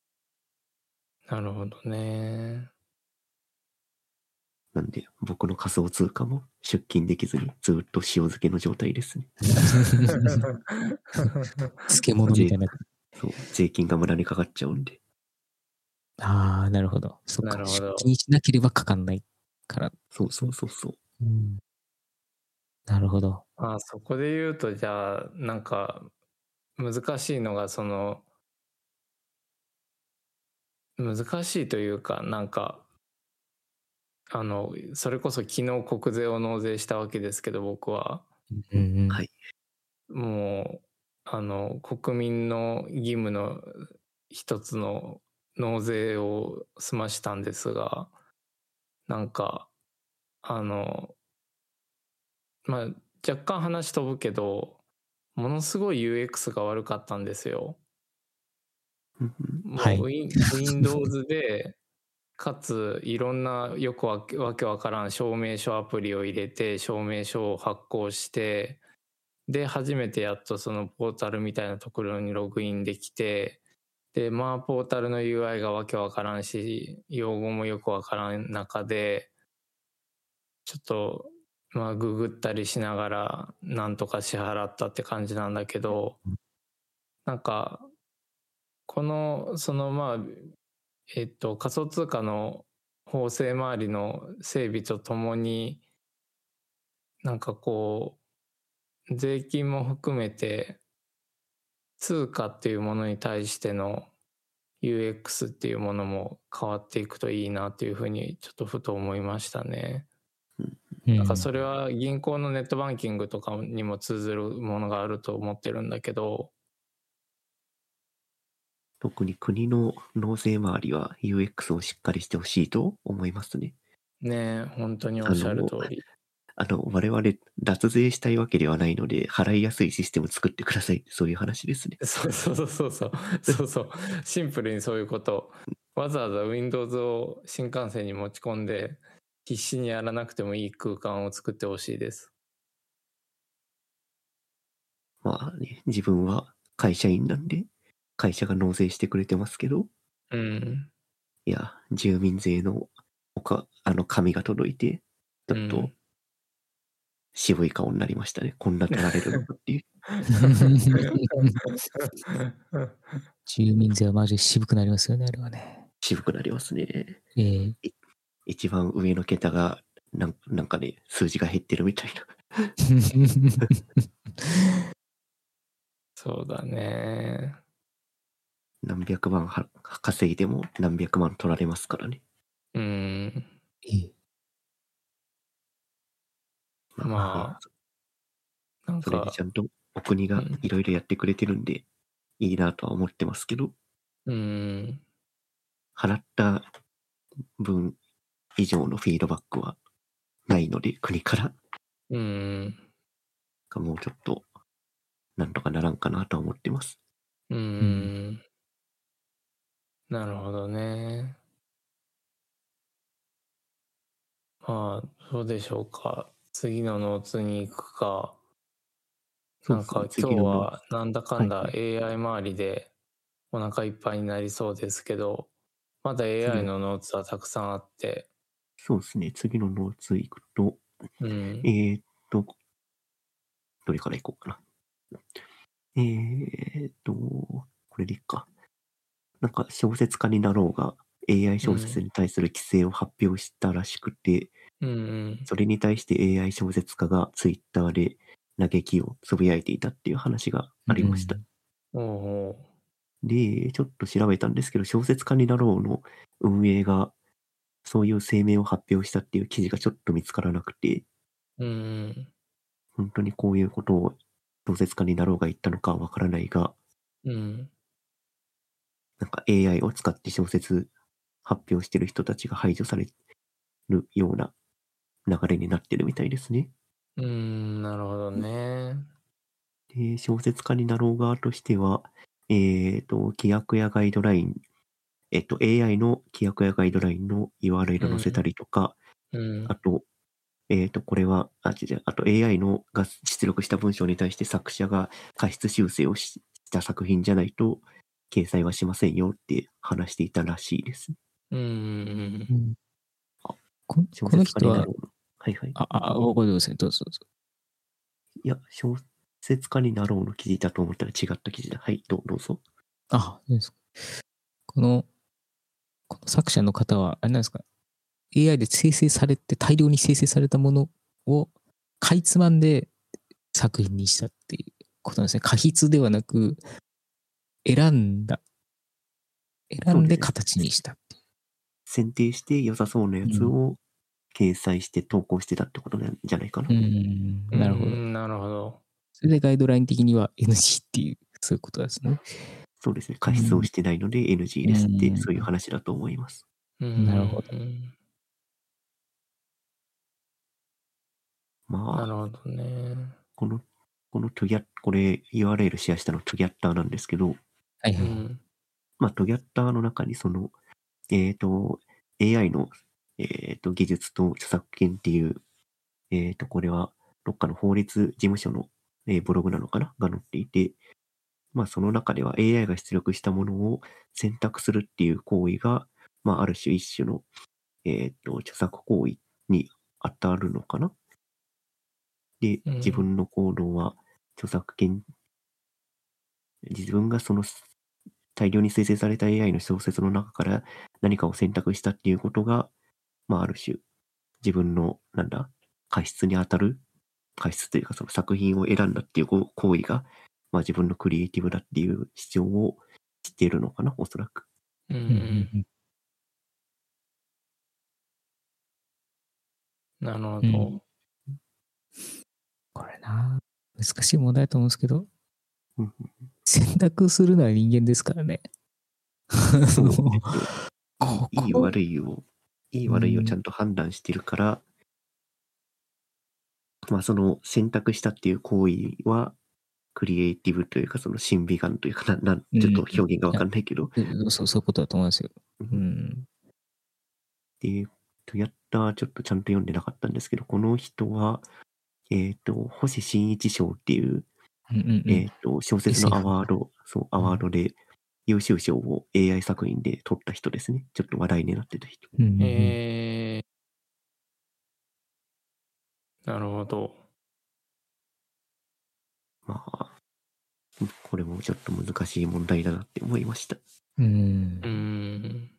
なるほどね。 なんで、僕の仮想通貨も出金できずにずっと塩漬けの状態ですね。 漬物みたいな。 そう、税金が無駄にかかっちゃうんで。 ああ、なるほど。そっか。出なるほど。 勤しなければかかんないから。 そうそうそうそう。 うん、なるほど。 ああ、そこで言うと、じゃあ、なんか、難しいのが、その、難しいというか、なんか、あの、それこそ昨日国税を納税したわけですけど、僕は。 うんうん、 はい。 もう、あの、国民の義務の一つの納税を済ましたんですが、なんか、あの、まあ、若干話飛ぶけど、ものすごい ユーエックス が悪かったんですよ。 うんうんはい。 もう Windows で、かついろんなよくわけわけわからん証明書アプリを入れて、証明書を発行して、で、初めてやっとそのポータルみたいなところにログインできて、で、まあ、ポータルの ユーアイ がわけわからんし、用語もよくわからん中で、ちょっと、まあ、ググったりしながら、なんとか支払ったって感じなんだけど、なんか、この、その、まあ、えっと、仮想通貨の法制周りの整備とともに、なんかこう、税金も含めて、通貨っていうものに対しての ユーエックス っていうものも変わっていくといいなっていうふうにちょっとふと思いましたね。 うん、 なんかそれは銀行のネットバンキングとかにも通ずるものがあると思ってるんだけど、 特に国の納税周りは ユーエックス をしっかりしてほしいと思いますね。 ね、本当におっしゃる通り。 あの、我々、脱税したいわけではないので、払いやすいシステム作ってください。そういう話ですね。 そうそうそうそうそうそうそうシンプルにそういうこと。わざわざ Windows を新幹線に持ち込んで必死にやらなくてもいい空間を作ってほしいです。 まあね、自分は会社員なんで、会社が納税してくれてますけど、 うん。 いや、住民税のおか、あの紙が届いて、ちょっと渋い顔になりましたね。こんな取られるのかっていう。 住民税はマジで渋くなりますよね、あれはね。 渋くなりますね。 えー、 い一番上の桁がなんなんかね、数字が減ってるみたいな。 そうだね。 何百万は稼いでも何百万取られますからね。 うん。 えーまあ、なんそれでか、 ちゃんとお国がうんいろいろやってくれてるんで、いいなとは思ってますけど、 うん払った分以上のフィードバックはないので、国からうんもうちょっとなんとかならんかなとは思ってます。 ううんんなるほどね。まあ、そうでしょうか。次のノーツに行くか。なんか今日次のノーはなんだかんだはいはいエーアイ 周りでお腹いっぱいになりそうですけど、まだ エーアイ のノーツはたくさんあって、 そうですね。次のノーツ行くと、 うんえーっと、どれから行こうかな。えーっと、これでいいか。なんか小説家になろうが エーアイ 小説に対する規制を発表したらしくて、 うんうんそれに対して エーアイ 小説家がツイッターで嘆きをつぶやいていたっていう話がありました。 おうおうで、ちょっと調べたんですけど、小説家になろうの運営がそういう声明を発表したっていう記事がちょっと見つからなくて、 うんうん本当にこういうことを小説家になろうが言ったのかはわからないが、 うんなんか エーアイ を使って小説発表してる人たちが排除されるような流れになってるみたいですね。 うんなるほどね。 で、小説家になろう側としては、えっと、規約やガイドライン、えっと、エーアイ の規約やガイドラインの ユーアールエル 載せたりとか、 うんあと、えっと、これは、あ、違う、あと エーアイ のが出力した文章に対して作者が過失修正をしした作品じゃないと、 掲載はしませんよって話していたらしいです。 うんうんうんうんあこ小この人は説家になろ、うの。はいはい。 あ、あ、あごめんなさい、どうぞどうぞ。 いや、小説家になろうの記事だと思ったら違った記事だ。はい、どうどうぞ。 あ、いいですか。この、この作者の方は、あれなんですか、エーアイ で生成されて、大量に生成されたものをかいつまんで作品にしたっていうことなんですね。過筆ではなく、選んだ、選んで形にしたっていう。 選定して良さそうなやつを掲載して投稿してたってことなんじゃないかな。 うん、うんうん。 なるほど。 うんなるほど。 それでガイドライン的には エヌジー っていう、そういうことですね。 そうですね。過失をしてないので エヌジー ですって、 うんそういう話だと思います。 うんなるほどうんまあ、 なるほどね。 この、このトギャッ、これ ユーアールエル シェアしたのトギャッターなんですけど、 はいはい。 うんまあ、トギャッターの中にその、えっ、と、エーアイ の、えっ、と、技術と著作権っていう、えっ、と、これは、どっかの法律事務所の、えーブログなのかなが載っていて、まあ、その中では エーアイ が出力したものを選択するっていう行為が、まあ、ある種一種の、えっ、と、著作行為に当たるのかなで、 うん自分の行動は著作権、自分がその大量に生成された エーアイ の小説の中から何かを選択したっていうことが、まあ、ある種、自分の、なんだ、過失に当たる、過失というかその作品を選んだっていう行為が、まあ自分のクリエイティブだっていう主張をしているのかな、おそらく。 うんううんうんんなるほうどん。これな、難しい問題だと思うんですけど、 うん選択するのは人間ですからね。 そうですね。 こいい、いいこ悪いを、いい悪いをちゃんと判断してるから、まあその選択したっていう行為は、クリエイティブというか、その審美眼というかな、なんちょっと表現がわかんないけど、 うんそうそういうことだと思いますよ。 ううんん。 で、トヤッターちょっとちゃんと読んでなかったんですけど、この人は、えっ、と、星新一賞っていう、 うんうんうんえっ、と、小説のアワード、そう、アワードで優秀賞を エーアイ 作品で取った人ですね。ちょっと話題になってた人。 うんうんうんえー、なるほど。 まあ、これもちょっと難しい問題だなって思いました。 うんうん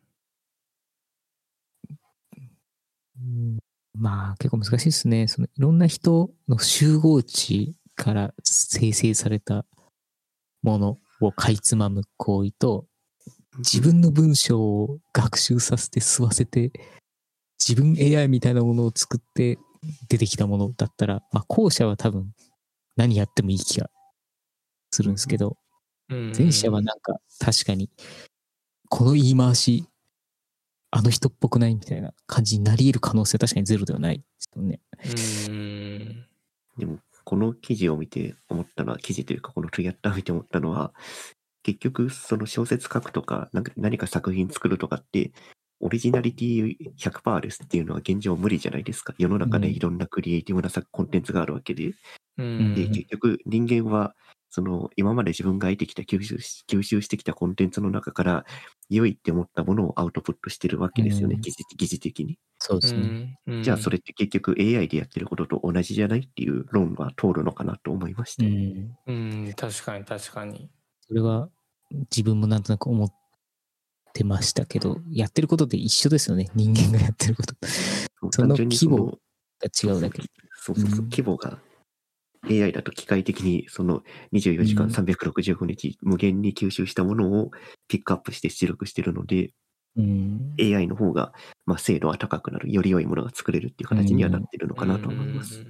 うんまあ結構難しいですね。そのいろんな人の集合値から生成されたものをかいつまむ行為と、自分の文章を学習させて吸わせて、自分 エーアイ みたいなものを作って出てきたものだったら、まあ後者は多分何やってもいい気がするんですけど、 うん前者はなんか確かにこの言い回しあの人っぽくないみたいな感じになり得る可能性は確かにゼロではないですよね。 うんでも、この記事を見て思ったのは、記事というか、このトゥギャッターを見て思ったのは、結局、その小説書くとか、なんか何か作品作るとかって、オリジナリティ ひゃくパーセント ですっていうのは現状無理じゃないですか。世の中でいろんなクリエイティブな作コンテンツがあるわけで。 うんで、結局人間は、その今まで自分が得てきた吸収し、吸収してきたコンテンツの中から良いって思ったものをアウトプットしてるわけですよね、 うん疑似疑似的に。 そうですね。 うんじゃあそれって結局 エーアイ でやってることと同じじゃないっていう論は通るのかなと思いました。 うん。 うん確かに確かに。 それは自分もなんとなく思ってましたけど、やってることって一緒ですよね。人間がやってること。 そうその単純に規模そのが違うだけ。 そうそうそう、 うん規模が エーアイ だと機械的にそのにじゅうよじかうんんさんびゃくろくじゅうごにち無限に吸収したものをピックアップして出力してるので、 うん。 エーアイ の方がまあ精度は高くなる、より良いものが作れるっていう形にはなってるのかなと思います。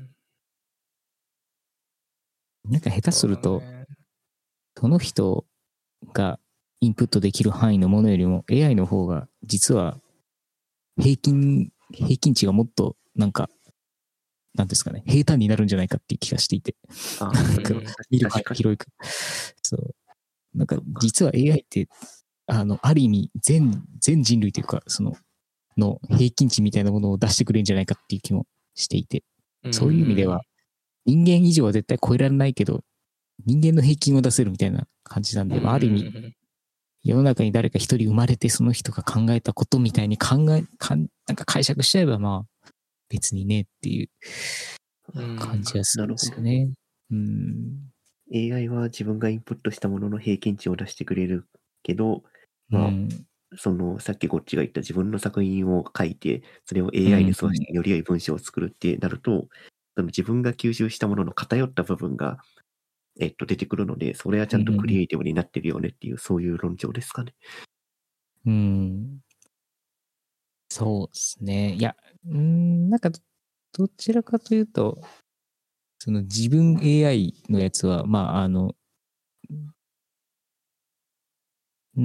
なんか下手すると、 そうだねその人がインプットできる範囲のものよりも エーアイ の方が実は平均、平均値がもっとなんか、なんですかね、平坦になるんじゃないかっていう気がしていて。 あなんかうん見る範囲が広いく。そう。なんか実は エーアイ って、あの、ある意味全、全人類というか、その、の平均値みたいなものを出してくれるんじゃないかっていう気もしていて。そういう意味では、人間以上は絶対超えられないけど、人間の平均を出せるみたいな感じなんで、まあ、ある意味、 世の中に誰か一人生まれてその人が考えたことみたいに考え、かんなんか解釈しちゃえばまあ別にねっていう感じはするんですよね。うん。 エーアイ は自分がインプットしたものの平均値を出してくれるけど、まあ、 うん、 そのさっきこっちが言った自分の作品を書いて、それを エーアイ に沿わせてより良い文章を作るってなると、その自分が吸収したものの偏った部分が、えっと、出てくるので、それはちゃんとクリエイティブになってるよねっていう、そういう論調ですかね。 うん。そうですね。いや、うん、なんかど、どちらかというと、その自分 エーアイ のやつは、まあ、あの、うん、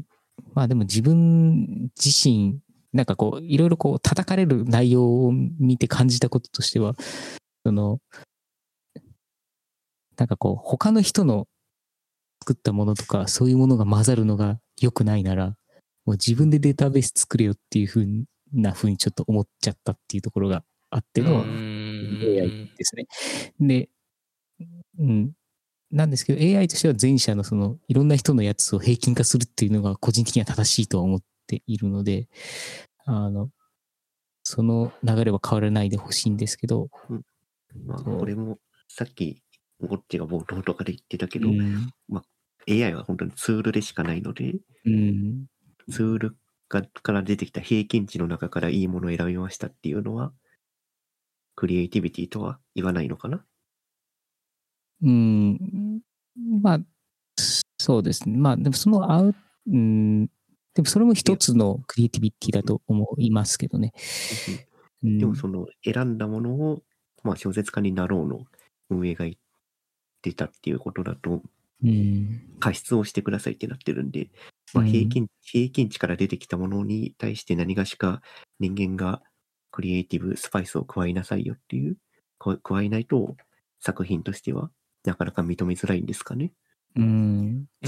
まあでも自分自身、なんかこう、いろいろこう、叩かれる内容を見て感じたこととしては、その、なんかこう、他の人の作ったものとか、そういうものが混ざるのが良くないなら、もう自分でデータベース作れよっていうふうなふうにちょっと思っちゃったっていうところがあっての エーアイ ですね。で、うん。なんですけど エーアイ としては前者のそのいろんな人のやつを平均化するっていうのが個人的には正しいとは思っているので、あの、その流れは変わらないでほしいんですけど、 うん、まあ、これもさっきゴッチが冒頭とかで言ってたけど、うん、まあ、エーアイ は本当にツールでしかないので、 うん、 ツールがから出てきた平均値の中からいいものを選びましたっていうのは、クリエイティビティとは言わないのかな？ うん、まあ、そうですね。まあ、でもそのアウ、うん、でもそれも一つのクリエイティビティだと思いますけどね。 うん、でもその選んだものを、まあ、小説家になろうの運営が言ってたっていうことだと、 うん、 加筆をしてくださいってなってるんで、まあ、平均、うん、平均値から出てきたものに対して何がしか人間がクリエイティブスパイスを加えなさいよっていう、加えないと作品としてはなかなか認めづらいんですかね。 うん。 うん。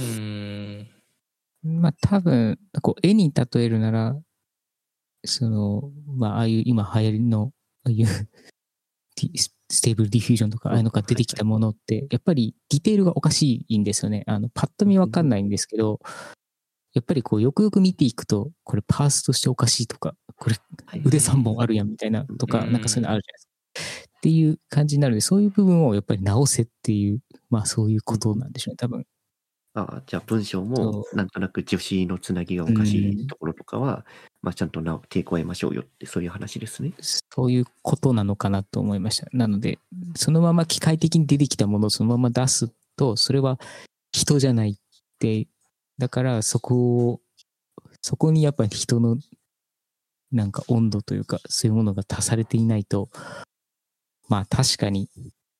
まあ多分、こう絵に例えるなら、その、まあああいう今流行りの、ああいうステーブルディフュージョンとかああいうのが出てきたものって、やっぱりディテールがおかしいんですよね。あの、パッと見わかんないんですけど、やっぱりこうよくよく見ていくと、これパースとしておかしいとか、これ腕さんぼんあるやんみたいなとか、なんかそういうのあるじゃないですか。っていう感じになるので、そういう部分をやっぱり直せっていう、まあそういうことなんでしょうね、多分。 ああ、じゃあ文章もなんとなく助詞のつなぎがおかしいところとかは、まあちゃんとな手加えましょうよってそういう話ですね。 そういうことなのかなと思いました。なので、そのまま機械的に出てきたものをそのまま出すと、それは人じゃないって、だからそこを、そこにやっぱり人のなんか温度というか、そういうものが足されていないと、まあ確かに、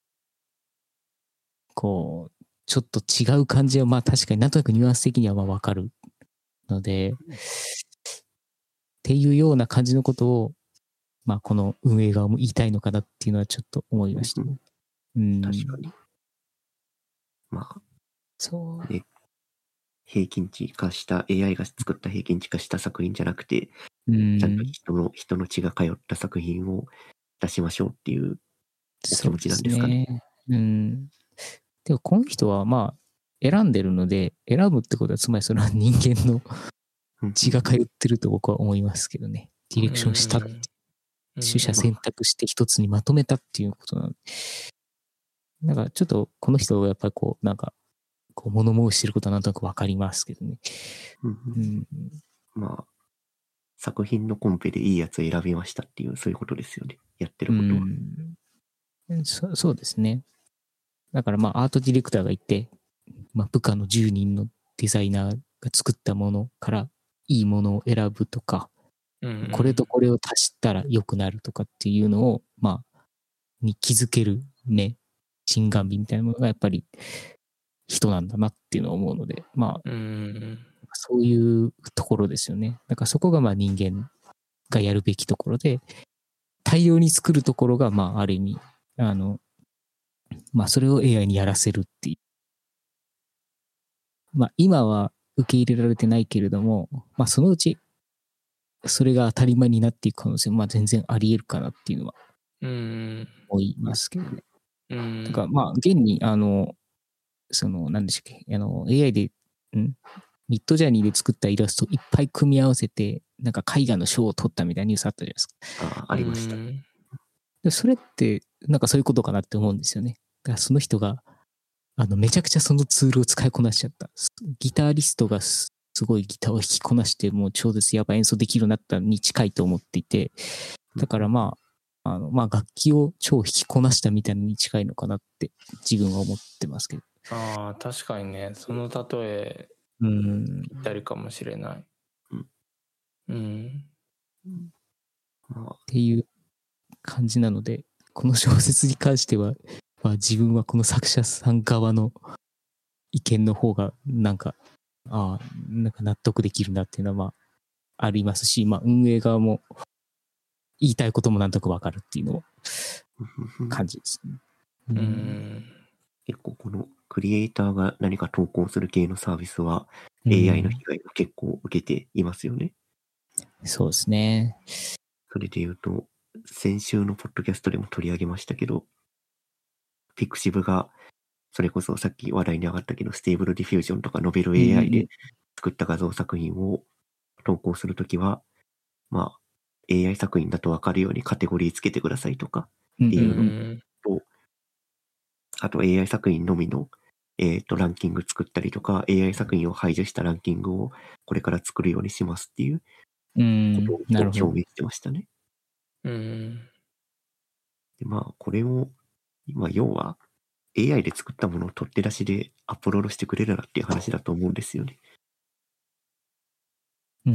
こう、ちょっと違う感じは、まあ確かになんとなくニュアンス的にはまあわかるので、っていうような感じのことを、まあこの運営側も言いたいのかなっていうのはちょっと思いました。 うんうん、 確かに。まあ、 そう。 ね、平均値化した、エーアイ が作った平均値化した作品じゃなくて、 うん、 ちゃんと人の、人の血が通った作品を出しましょうっていうお気持ちなんですかね。 うね、うん。でもこの人はまあ選んでるので、選ぶってことはつまりそれは人間の血が通ってると僕は思いますけどね。ディレクションしたって、取捨選択して一つにまとめたっていうことなので。なんかちょっとこの人がやっぱりこう、なんか、こう物申してることはなんとなくわかりますけどね。 うんうん、まあ、作品のコンペでいいやつを選びましたっていう、そういうことですよね。やってることは。 うん、そ, そうですね。だからまあアートディレクターがいて、まあ、部下のじゅうにんのデザイナーが作ったものからいいものを選ぶとか、うん、これとこれを足したら良くなるとかっていうのを、まあ、に気づける目、心眼美みたいなものがやっぱり人なんだなっていうのを思うので、まあ、うん、そういうところですよね。だからそこがまあ人間がやるべきところで、大量に作るところが、まあ、ある意味、あの、まあ、それを エーアイ にやらせるっていう。まあ、今は受け入れられてないけれども、まあ、そのうち、それが当たり前になっていく可能性も、まあ、全然あり得るかなっていうのは、思いますけどね。うん。だから、まあ、現に、あの、その、何でしたっけ、あの、エーアイ で、んミッドジャーニーで作ったイラストいっぱい組み合わせて、なんか絵画の賞を取ったみたいなニュースあったじゃないですか。 ああ、ありました。 でそれって、なんかそういうことかなって思うんですよね。だからその人が、あの、めちゃくちゃそのツールを使いこなしちゃった。ギタリストがすごいギターを弾きこなして、もう超絶やばい演奏できるようになったに近いと思っていて、だからまあ、あの、まあ楽器を超弾きこなしたみたいなのに近いのかなって自分は思ってますけど。 ああ、確かにね、その例え、 うん。 ぴったりかもしれない。 うん。 うん。 っていう感じなので、この小説に関しては、まあ自分はこの作者さん側の意見の方が、なんか、ああ、なんか納得できるなっていうのは、まあ、ありますし、まあ運営側も言いたいこともなんとかわかるっていうのを感じですね。 うん。うん結構このクリエイターが何か投稿する系のサービスは エーアイ の被害を結構受けていますよね。 うん、そうですね。 それで言うと、先週のポッドキャストでも取り上げましたけど、ピクシブが、それこそさっき話題に上がったけど、ステーブルディフュージョンとかノベル エーアイ で作った画像作品を投稿するときは、まあ、エーアイ 作品だと分かるようにカテゴリーつけてくださいとかっていうのと、あと エーアイ 作品のみの、えっと、ランキング作ったりとか、エーアイ 作品を排除したランキングをこれから作るようにしますっていうことを表明してましたね。 うん。 でまあ、これを、まあ、要は エーアイ で作ったものを取って出しでアップロードしてくれるなっていう話だと思うんですよね。 うん。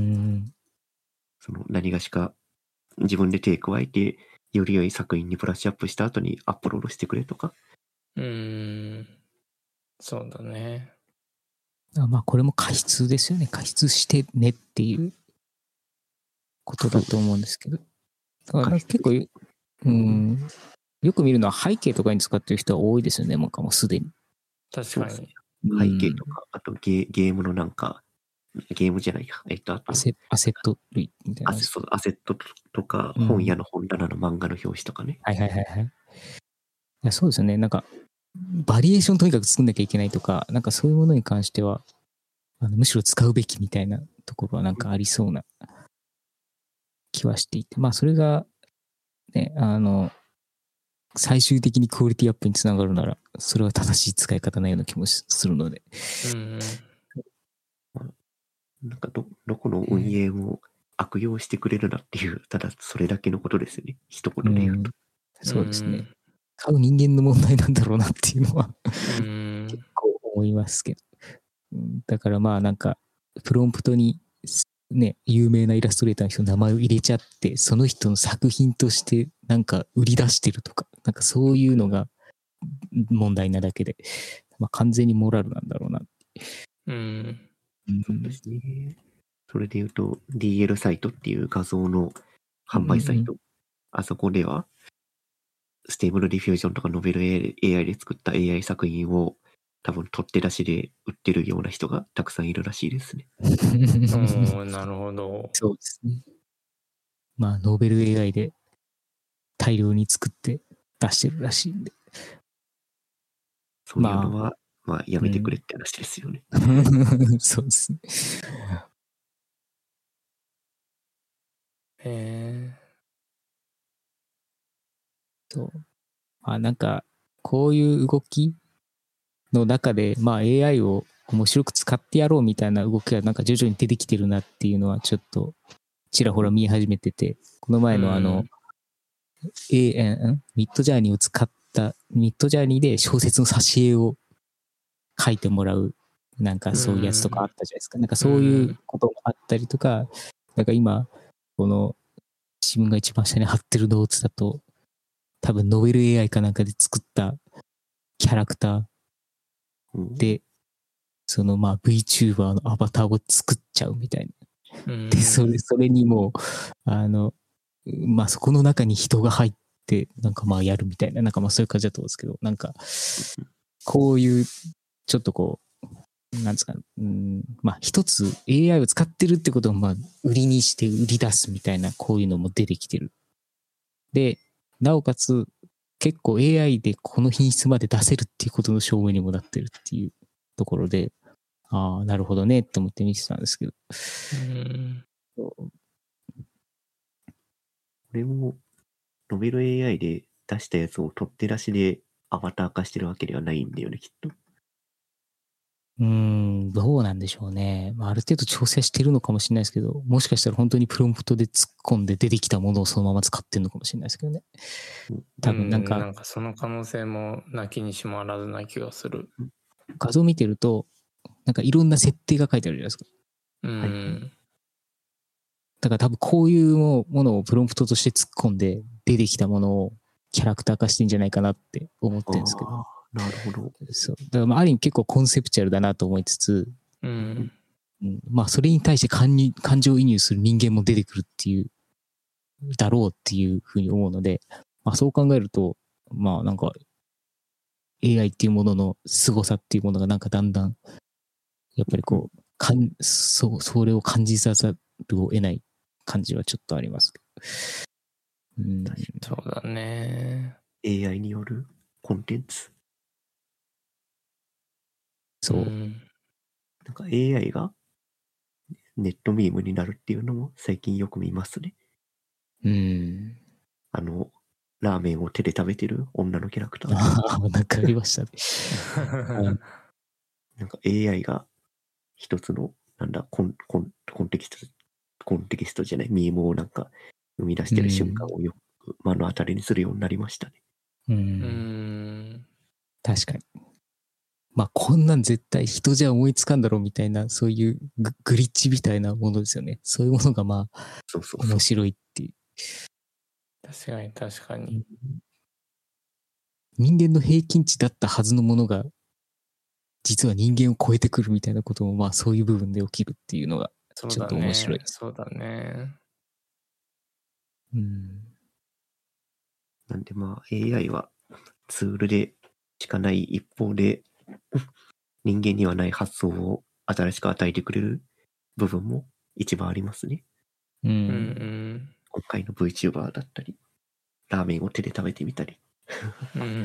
その何がしか自分で手加えて、より良い作品にブラッシュアップした後にアップロードしてくれとか。 うーん。そうだね。 まあこれも過失ですよね。過失してねっていうことだと思うんですけど。だから結構、うん、よく見るのは背景とかに使ってる人は多いですよね。なんかもうすでに。 確かに。 背景とか、あとゲゲームのなんか、ゲームじゃないか。えっと、あとアセアセット類みたいな。 アセそうアセットとか、うん、本屋の本棚の漫画の表紙とかね。 はいはいはいはい。いやそうですよね。なんか、バリエーションとにかく作んなきゃいけないとか、なんかそういうものに関しては、あのむしろ使うべきみたいなところはなんかありそうな気はしていて、まあそれが、ね、あの、最終的にクオリティアップにつながるなら、それは正しい使い方なような気もするので。 うんなんかど、どこの運営も悪用してくれるなっていう、ただそれだけのことですよね。一言で言うと。 うん、そうですね。買う人間の問題なんだろうなっていうのは結構思いますけど。だからまあなんか、プロンプトにね、有名なイラストレーターの人の名前を入れちゃって、その人の作品としてなんか売り出してるとか、なんかそういうのが問題なだけで、まあ完全にモラルなんだろうなって。 うんそうですね。それで言うと、ディーエル サイトっていう画像の販売サイト。うんうん、あそこでは、ステーブルディフュージョンとかノベル エーアイ で作った エーアイ 作品を多分取って出しで売ってるような人がたくさんいるらしいですね。 うん、なるほど。 そうですね。まあ、ノーベル エーアイ で大量に作って出してるらしいんで。 そういうのは、まあ、まあ、やめてくれって話ですよね。 うん、そうですね。 へえ。 そう。まあ、なんか、こういう動きの中で、まあ エーアイ を面白く使ってやろうみたいな動きがなんか徐々に出てきてるなっていうのはちょっとちらほら見え始めてて、この前のあの、エーエヌ、ミッドジャーニーを使った、ミッドジャーニーで小説の挿絵を書いてもらう、なんかそういうやつとかあったじゃないですか。なんかそういうことがあったりとか、なんか今、この自分が一番下に貼ってるノーツだと、多分ノベル エーアイ かなんかで作ったキャラクターで、そのまあ VTuber のアバターを作っちゃうみたいな。で、それ、それにもう、あの、まあそこの中に人が入って、なんかまあやるみたいな、なんかまあそういう感じだと思うんですけど、なんか、こういう、ちょっとこう、なんですか、うん、まあ一つ エーアイ を使ってるってことをまあ売りにして売り出すみたいな、こういうのも出てきてる。で、なおかつ、結構 エーアイ でこの品質まで出せるっていうことの証明にもなってるっていうところで、 ああ、なるほどねって思って見てたんですけど。 うん。 これも、ノベル エーアイ で出したやつを取って出しでアバター化してるわけではないんだよね、きっと。 うーん、どうなんでしょうね。まあ、ある程度調整してるのかもしれないですけど、もしかしたら本当にプロンプトで突っ込んで出てきたものをそのまま使ってるのかもしれないですけどね。多分なんか、 うんなんかその可能性もなきにしもあらずな気がする。 画像見てると、なんかいろんな設定が書いてあるじゃないですか。 うん。 はいだから多分こういうものをプロンプトとして突っ込んで出てきたものをキャラクター化してんじゃないかなって思ってるんですけど。 ああ、なるほど。 そう。だからまあある意味結構コンセプチュアルだなと思いつつ、 うん。 うん、まあそれに対して感に感情移入する人間も出てくるっていう、だろうっていうふうに思うので、まあそう考えると、まあなんか エーアイ っていうものの凄さっていうものがなんかだんだん、やっぱりこう、かんそう、それを感じさざるを得ない感じはちょっとありますけど。うん、 そうだね。 エーアイ によるコンテンツ。 そう。 んなんか エーアイ がネットミームになるっていうのも最近よく見ますね。 うん。 あの、ラーメンを手で食べてる女のキャラクター。 ああ、なんかありましたね。 なんか エーアイ が一つの、なんだ、コン、コン、コンテキスト、コンテキストじゃない、ミームをなんか生み出してる瞬間をよく目の当たりにするようになりましたね。 う。 うんん。 確かに。まあ、こんなん絶対人じゃ思いつかんだろうみたいな、そういうググリッチみたいなものですよね。そういうものがまあ、 そうそうそう面。白いっていう。 確かに確かに。 人間の平均値だったはずのものが、実は人間を超えてくるみたいなことも、まあ、そういう部分で起きるっていうのが、 そうだちょっと面白いね。そうだね。 うん。 なんでまあ エーアイ はツールでしかない一方で、人間にはない発想を新しく与えてくれる部分も一番ありますね。 う。 うんん今回の VTuber だったり、ラーメンを手で食べてみたり。 うん。うん。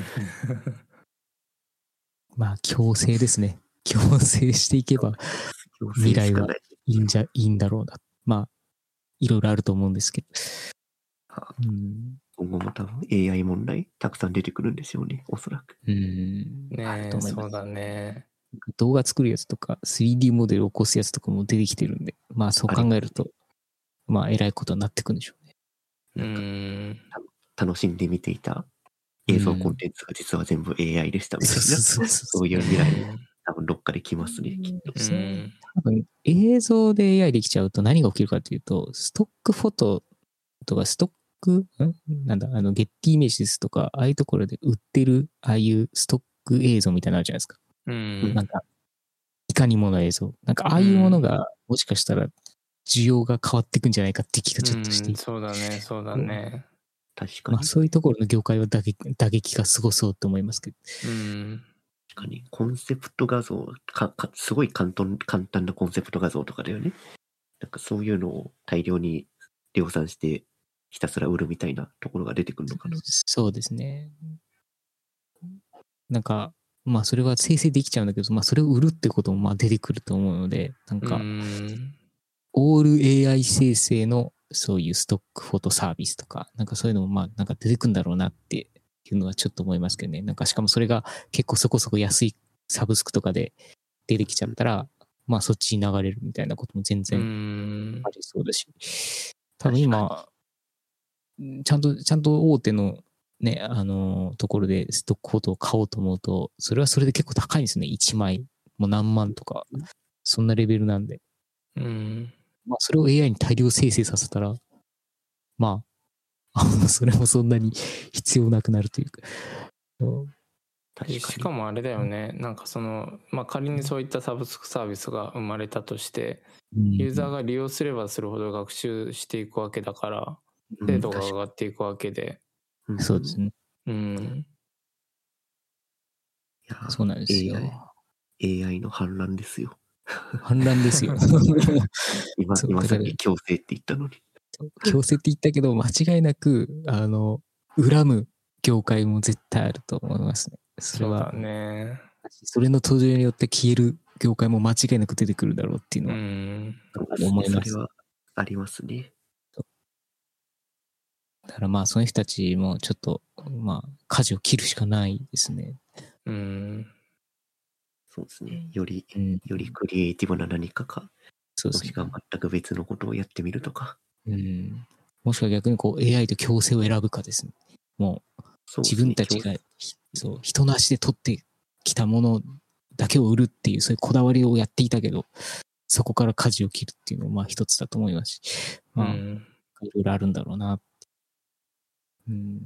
まあ、強制ですね。強制していけば強未来は制しかない。 いいんじゃ、いいんだろうな。まあ、いろいろあると思うんですけど。 はあうん。 今後も多分 エーアイ 問題たくさん出てくるんでしょうね、おそらく。 うん。あるねえ、 と思います。 そうだね。 動画作るやつとか スリーディー モデルを起こすやつとかも出てきてるんで、まあそう考えると、まあ偉いことになってくんでしょうね。 うなんかん。 楽しんで見ていた映像コンテンツが実は全部 エーアイ でしたみたいな、 そうそうそうそういう未来も多分どっかで来ますね、きっと。 うそうん多分映像で エーアイ できちゃうと何が起きるかというと、ストックフォトとかストック、んなんだ、あの、ゲッティイメージですとか、ああいうところで売ってる、ああいうストック映像みたいなのあるじゃないですか。 うん。 なんか、いかにもの映像。なんか、ああいうものが、もしかしたら、需要が変わっていくんじゃないかって気がちょっとしていうん、 て、 そうだね、そうだね。 確かに。 まあそういうところの業界は打撃打撃がすごそうと思いますけど。 うん。 確かに、コンセプト画像かか、すごい簡単簡単なコンセプト画像とかだよね。なんかそういうのを大量に量産してひたすら売るみたいなところが出てくるのかな。 そうですね。なんか、まあそれは生成できちゃうんだけど、まあそれを売るってこともまあ出てくると思うので、なんうか、 ん。 オール エーアイ 生成のそういうストックフォトサービスとか、なんかそういうのもまあなんか出てくるんだろうなっていうのはちょっと思いますけどね。なんかしかもそれが結構そこそこ安いサブスクとかで出てきちゃったら、まあそっちに流れるみたいなことも全う然んあ。りそうだし、多分今、ちゃんと、ちゃんと大手のね、あのーところでストックフォトを買おうと思うと、それはそれで結構高いんですね。いちまい、もう何万とか、そんなレベルなんで。 うん。 まあ、それを エーアイ に大量生成させたら、まあ、あのそれもそんなに必要なくなるというか。うん確かに。 しかもあれだよね、なんかその、まあ、仮にそういったサブスクサービスが生まれたとして、ユーザーが利用すればするほど学習していくわけだから、 うん精度が上がっていくわけで、 うんそうですね。 うん。 いやーそうなんですよ。 エーアイ、エーアイ の反乱ですよ。 反乱ですよ。 今、 そう今さっだからき強制って言ったのに。 強制って言ったけど、間違いなく、あの、恨む業界も絶対あると思いますね。それはそうだ、ね。 それの登場によって消える業界も間違いなく出てくるだろうっていううのはん。 そうですね思います。 それはありますね。 だからまあその人たちもちょっとまあ舵を切るしかないですね。 うん。 そうですね。より、 うん。 よりクリエイティブな何かか、 そうですねもし。くは全く別のことをやってみるとか。 うん。もしくは逆にこう エーアイ と共生を選ぶかですね。もう自そうですね分たちがひそう人の足で取ってきたものだけを売るっていうそういうこだわりをやっていたけど、そこから舵を切るっていうのもまあ一つだと思いますし、まあいうん。 ろいろあるんだろうな。うん。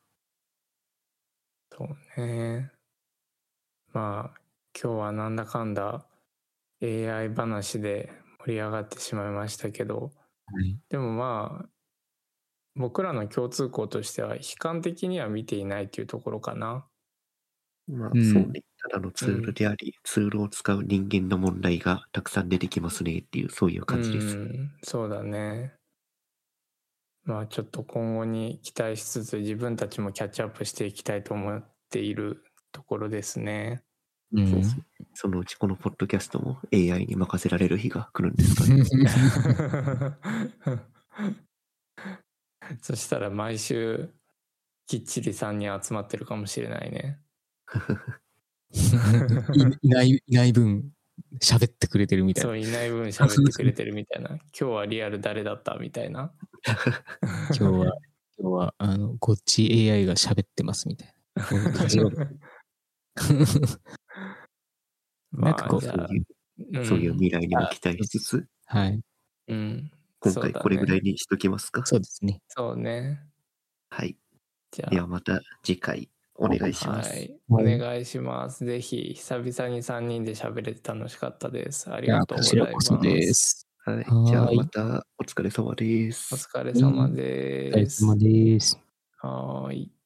そうね。まあ、今日はなんだかんだ エーアイ 話で盛り上がってしまいましたけど、 はい。 でもまあ、僕らの共通項としては悲観的には見ていないというところかな。 まあうんそうね。ただのツールであり、ツールを使う人間の問題がたくさん出てきますねっていう、そういう感じです。 うん、そうだね。まあちょっと今後に期待しつつ自分たちもキャッチアップしていきたいと思っているところですね。 うんそうですね。そのうちこのポッドキャストも エーアイ に任せられる日が来るんですかね。 そしたら毎週きっちりさんにん集まってるかもしれないね。 いいないいない分喋ってくれてるみたいな。 そういない分喋ってくれてるみたいな。今日はリアル誰だったみたいな。 今日は今日はあのこっち エーアイ が喋ってますみたいな。こういう感じのなんかこうまあじゃあそういう、 うんそういう未来にも期待しつつ、 はい。 うん。 今回これぐらいに。 にしときますか。 そうですね。 そうね。 はい。 じゃあではまた次回お願いします。 はい、お願いします。ぜひ久々にさんにんで喋れて楽しかったです。ありがとうございます。 こちらこそです。 はい。 はーいじゃあまたお疲れ様でおす。 疲れ様お疲れです。 様です。 はーい。